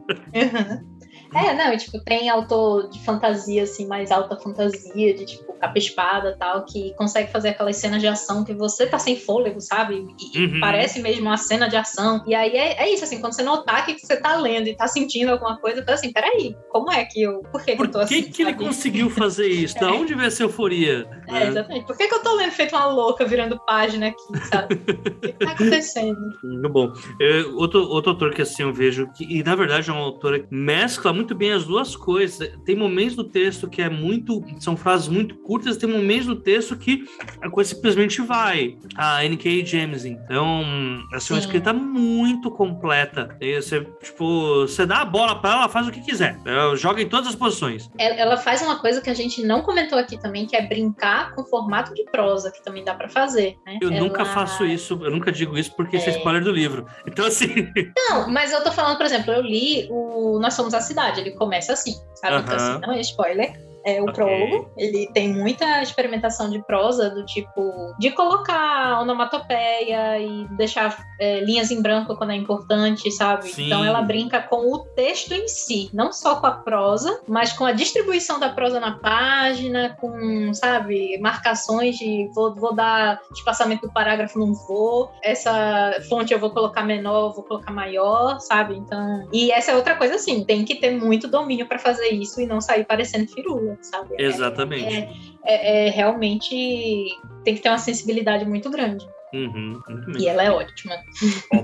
Uhum. É, não, e, tipo, tem autor de fantasia, assim, mais alta fantasia, de, tipo, capa-espada e tal, que consegue fazer aquelas cenas de ação que você tá sem fôlego, sabe? E, uhum. Parece mesmo uma cena de ação. E aí é, é isso, assim, quando você notar que você tá lendo e tá sentindo alguma coisa, tá assim, peraí, como é que eu... Por que, Por que eu tô assim? Por que que ele conseguiu fazer isso? Da é. onde veio essa euforia? É, né? Exatamente. Por que que eu tô lendo feito uma louca, virando página aqui, sabe? O que tá acontecendo? Muito bom. Eu, outro, outro autor que, assim, eu vejo, que, e na verdade é um autor que mescla muito bem as duas coisas. Tem momentos do texto que é muito... São frases muito curtas, tem momentos do texto que a coisa simplesmente vai. A N K Jemisin. Então, essa é uma escrita muito completa. E você, tipo, você dá a bola pra ela, ela faz o que quiser. Ela joga em todas as posições. Ela faz uma coisa que a gente não comentou aqui também, que é brincar com formato de prosa, que também dá pra fazer, né? Eu ela... nunca faço isso, eu nunca digo isso porque é. isso é spoiler do livro. Então, assim... Não, mas eu tô falando, por exemplo, eu li o Nós Somos a Cidade, ele começa assim, sabe? Uh-huh. Então, assim, não é spoiler. É o okay. prólogo, ele tem muita experimentação de prosa, do tipo, de colocar onomatopeia e deixar é, linhas em branco quando é importante, sabe? Sim. Então ela brinca com o texto em si, não só com a prosa, mas com a distribuição da prosa na página, com, sabe, marcações de vou, vou dar espaçamento do parágrafo, não vou, essa fonte eu vou colocar menor, eu vou colocar maior, sabe? Então, e essa é outra coisa assim, tem que ter muito domínio para fazer isso e não sair parecendo firula. Sabe? Exatamente. É, é, é, realmente tem que ter uma sensibilidade muito grande. Uhum, e ela é ótima. Oh,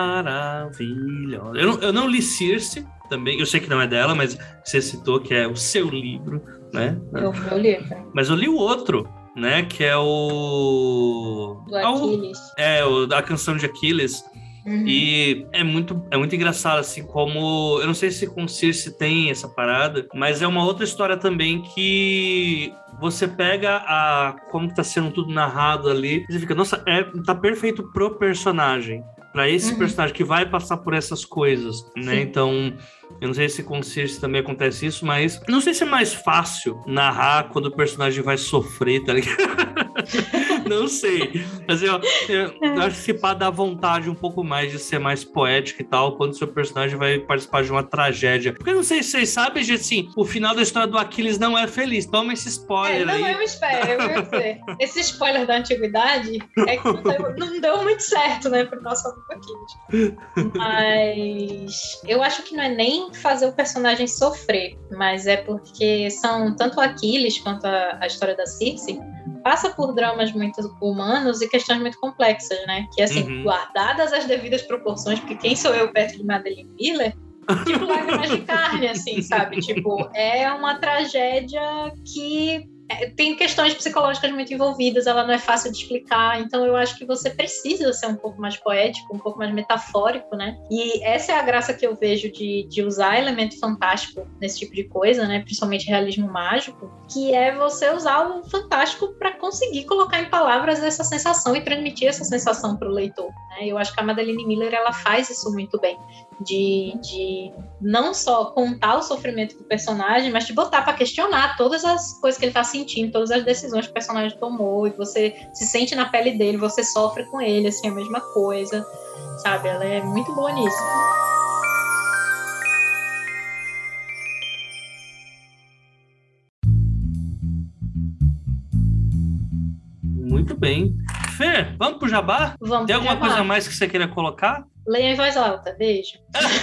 maravilhosa. Eu, eu não li Circe também, eu sei que não é dela, mas você citou que é o seu livro, né? É o meu livro. Mas eu li o outro, né? Que é o... Do Aquiles. É, o, a canção de Aquiles. Uhum. E é muito, é muito engraçado, assim, como... Eu não sei se com Circe tem essa parada, mas é uma outra história também que você pega a como que tá sendo tudo narrado ali e você fica, nossa, é, tá perfeito pro personagem. Pra esse uhum. personagem que vai passar por essas coisas, né? Sim. Então, eu não sei se com Circe também acontece isso, mas não sei se é mais fácil narrar quando o personagem vai sofrer, tá ligado? Não sei. Mas eu, eu, eu acho que se pá dá vontade um pouco mais de ser mais poético e tal, quando o seu personagem vai participar de uma tragédia. Porque eu não sei se vocês sabem, gente, assim, o final da história do Aquiles não é feliz. Toma esse spoiler é, não, aí. Não, eu espero, eu ia dizer. Esse spoiler da antiguidade é que não deu, não deu muito certo, né, pro nosso amigo Aquiles. Mas eu acho que não é nem fazer o personagem sofrer, mas é porque são tanto o Aquiles quanto a, a história da Circe passa por dramas muito humanos e questões muito complexas, né? Que, assim, uhum. guardadas as devidas proporções, porque quem sou eu perto de Madeline Miller? Tipo, lágrimas de carne, assim, sabe? Tipo, é uma tragédia que tem questões psicológicas muito envolvidas, ela não é fácil de explicar, então eu acho que você precisa ser um pouco mais poético, um pouco mais metafórico, né? E essa é a graça que eu vejo de, de usar elemento fantástico nesse tipo de coisa, né? Principalmente realismo mágico, que é você usar o fantástico para conseguir colocar em palavras essa sensação e transmitir essa sensação para o leitor, né? Eu acho que a Madeline Miller, ela faz isso muito bem, de, de não só contar o sofrimento do personagem, mas de botar para questionar todas as coisas que ele está sentindo, todas as decisões que o personagem tomou, e você se sente na pele dele, você sofre com ele, assim, a mesma coisa, sabe? Ela é muito boa nisso. Muito bem. Fê, vamos pro jabá? Vamos Tem pro alguma jabá. coisa a mais que você queira colocar? Leia em voz alta, beijo.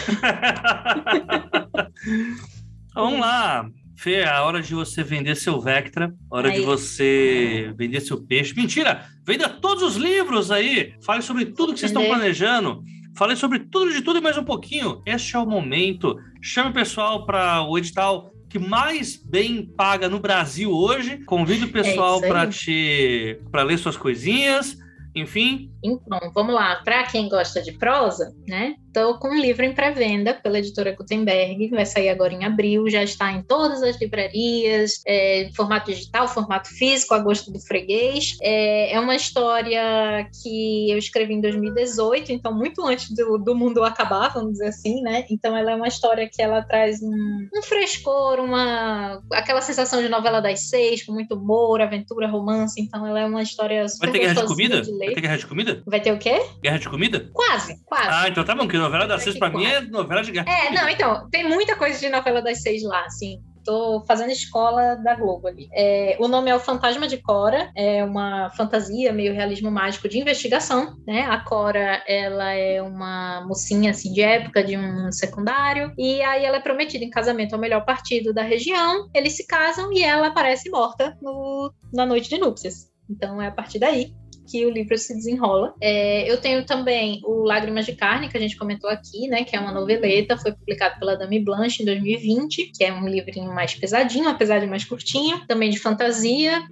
Vamos lá. Fê, é a hora de você vender seu Vectra, hora Aí. de você vender seu peixe. Mentira! Venda todos os livros aí. Fale sobre tudo que vocês estão Vender. planejando. Fale sobre tudo de tudo e mais um pouquinho. Este é o momento. Chame o pessoal para o edital que mais bem paga no Brasil hoje. Convide o pessoal isso aí. para te para ler suas coisinhas. Enfim, Então, vamos lá. Para quem gosta de prosa, né? Estou com um livro em pré-venda pela editora Gutenberg, vai sair agora em abril, já está em todas as livrarias, é, formato digital, formato físico, a gosto do freguês. É, é uma história que eu escrevi em dois mil e dezoito, então muito antes do, do mundo acabar, vamos dizer assim, né? Então ela é uma história que ela traz um, um frescor, uma, aquela sensação de novela das seis, com muito humor, aventura, romance. Então ela é uma história super vai ter guerra de gostosinha comida? de Vai ler. ter guerra de comida? Vai ter o quê? Guerra de comida? Quase, quase. Ah, então tá bom, porque novela das Vai seis que pra mim quase. é novela de guerra. de É, comida. não, então, tem muita coisa de novela das seis lá, assim. Tô fazendo escola da Globo ali. É, o nome é O Fantasma de Cora, é uma fantasia, meio realismo mágico de investigação, né? A Cora, ela é uma mocinha, assim, de época, de um secundário, e aí ela é prometida em casamento ao melhor partido da região, eles se casam e ela aparece morta no, na noite de núpcias. Então é a partir daí que o livro se desenrola. É, eu tenho também o Lágrimas de Carne, que a gente comentou aqui, né, que é uma noveleta, foi publicado pela Dame Blanche em dois mil e vinte, que é um livrinho mais pesadinho, apesar de mais curtinho, também de fantasia,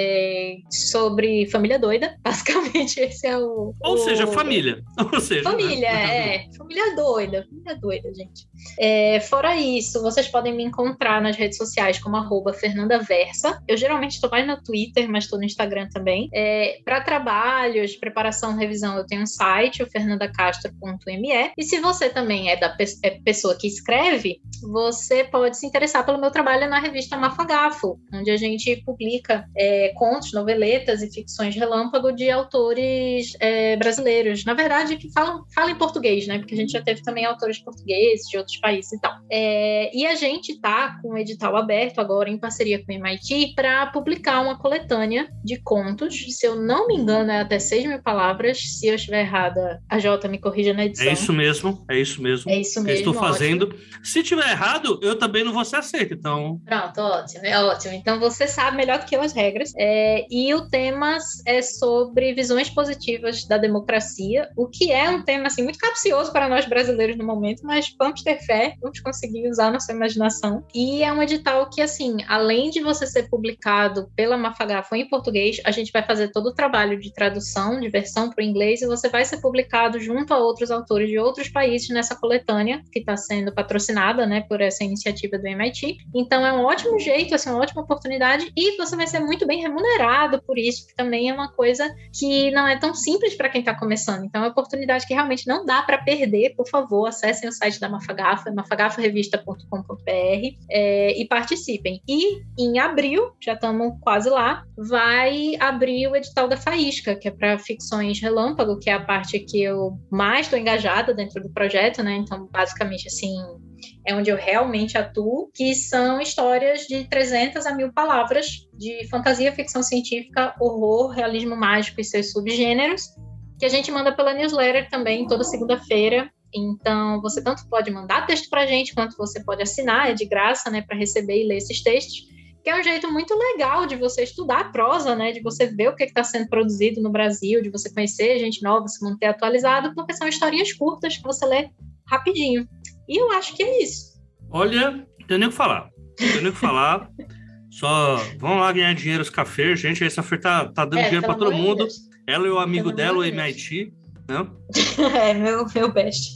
é, sobre família doida. Basicamente esse é o... Ou o... seja, família. Ou seja, Família, né? é. Família doida. Família doida, gente. É, fora isso, vocês podem me encontrar nas redes sociais como arroba Fernanda Versa. Eu geralmente estou mais no Twitter, mas estou no Instagram também. É, para trabalhos, preparação, revisão, eu tenho um site, o fernanda castro ponto me. E se você também é da pe- é pessoa que escreve, você pode se interessar pelo meu trabalho na revista Mafagafo, onde a gente publica é, contos, noveletas e ficções relâmpago de autores é, brasileiros. Na verdade, que falam, falam em português, né? Porque a gente já teve também autores portugueses de outros países e tal. É, e a gente tá com um edital aberto agora em parceria com o M I T para publicar uma coletânea de contos. Se eu não me engano, é até seis mil palavras. Se eu estiver errada, a Jota me corrija na edição. É isso mesmo, é isso mesmo. É isso que mesmo, eu estou fazendo. ótimo. Se tiver errado, eu também não vou ser aceito, então... Pronto, ótimo, é ótimo. Então você sabe melhor do que eu as regras. É, e o tema é sobre visões positivas da democracia, o que é um tema assim, muito capcioso para nós brasileiros no momento, mas vamos ter fé, vamos conseguir usar nossa imaginação. E é um edital que, assim, além de você ser publicado pela Mafagafo em português, a gente vai fazer todo o trabalho de tradução, de versão para o inglês, e você vai ser publicado junto a outros autores de outros países nessa coletânea, que está sendo patrocinada, né, por essa iniciativa do M I T. Então é um ótimo jeito, assim, uma ótima oportunidade, e você vai ser muito bem remunerado por isso, que também é uma coisa que não é tão simples para quem está começando. Então é uma oportunidade que realmente não dá para perder. Por favor, acessem o site da Mafagafo, é mafagafo revista ponto com ponto b r, é, e participem. E em abril, já estamos quase lá, vai abrir o edital da Faísca, que é para ficções relâmpago, que é a parte que eu mais estou engajada dentro do projeto, né? Então, basicamente, assim, é onde eu realmente atuo, que são histórias de trezentas a mil palavras de fantasia, ficção científica, horror, realismo mágico e seus subgêneros, que a gente manda pela newsletter também, toda segunda-feira. Então, você tanto pode mandar texto pra gente, quanto você pode assinar, é de graça, né, para receber e ler esses textos, que é um jeito muito legal de você estudar a prosa, né, de você ver o que está sendo produzido no Brasil, de você conhecer gente nova, se manter atualizado, porque são historinhas curtas que você lê rapidinho. E eu acho que é isso. Olha, não tenho nem o que falar. Não tenho nem o que falar. Só vamos lá ganhar dinheiro os cafés, gente. Essa Fê tá, tá dando É, dinheiro pra pelo todo amor de mundo. Deus. Ela e o amigo Pelo dela, amor o de M I Deus. T, né? É, meu, meu best.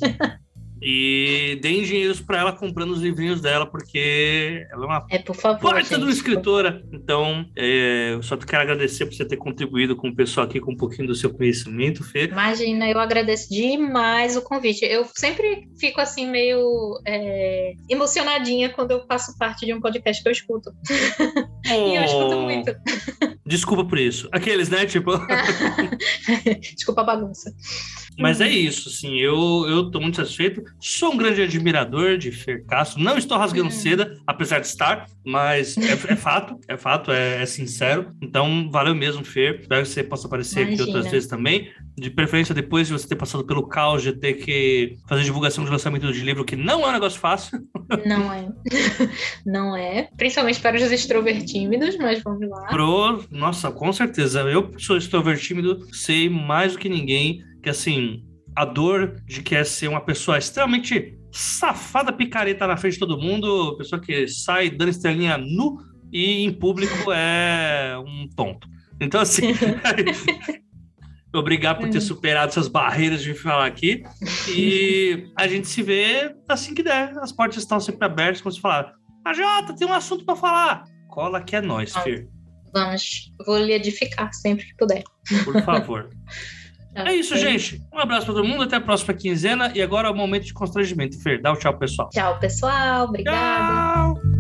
E deem dinheiros pra ela comprando os livrinhos dela, porque ela é uma É, por favor, baita gente. de uma escritora. Então, é, eu só quero agradecer por você ter contribuído com o pessoal aqui com um pouquinho do seu conhecimento, Fê. Imagina, eu agradeço demais o convite. Eu sempre fico assim meio é, emocionadinha quando eu faço parte de um podcast que eu escuto. E eu escuto muito. Desculpa por isso. Aqueles, né? Tipo. Desculpa a bagunça. Mas é isso, assim, eu, eu tô muito satisfeito. Sou um grande admirador de Fer Castro. Não estou rasgando Hum. seda, apesar de estar, mas é, é fato, é fato, é, é sincero. Então, valeu mesmo, Fer. Espero que você possa aparecer Imagina. aqui outras vezes também. De preferência, depois de você ter passado pelo caos de ter que fazer divulgação de lançamento de livro, que não é um negócio fácil. Não é. Não é. Principalmente para os extrovertímidos, mas vamos lá. Pro, nossa, com certeza. Eu sou extrovertímido, sei mais do que ninguém que, assim, a dor de que é ser uma pessoa extremamente safada, picareta na frente de todo mundo, pessoa que sai dando estrelinha nu e em público é um tonto. Então, assim, obrigado por ter superado essas barreiras de falar aqui. E a gente se vê assim que der. As portas estão sempre abertas, como você falar. A Jota, tem um assunto para falar. Cola que é nóis, Fer. Vamos, vou lhe edificar sempre que puder. Por favor. É isso, gente. Um abraço para todo mundo. Até a próxima quinzena. E agora é o momento de constrangimento. Fer, dá o tchau, pessoal. Tchau, pessoal. Obrigada. Tchau.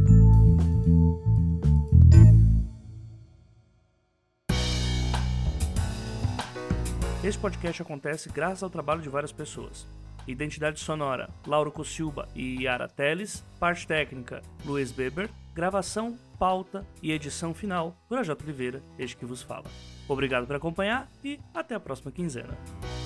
Esse podcast acontece graças ao trabalho de várias pessoas. Identidade sonora, Lauro Cossilba e Yara Teles. Parte técnica, Luiz Beber. Gravação, pauta e edição final, Projota Oliveira, este que vos fala. Obrigado por acompanhar e até a próxima quinzena.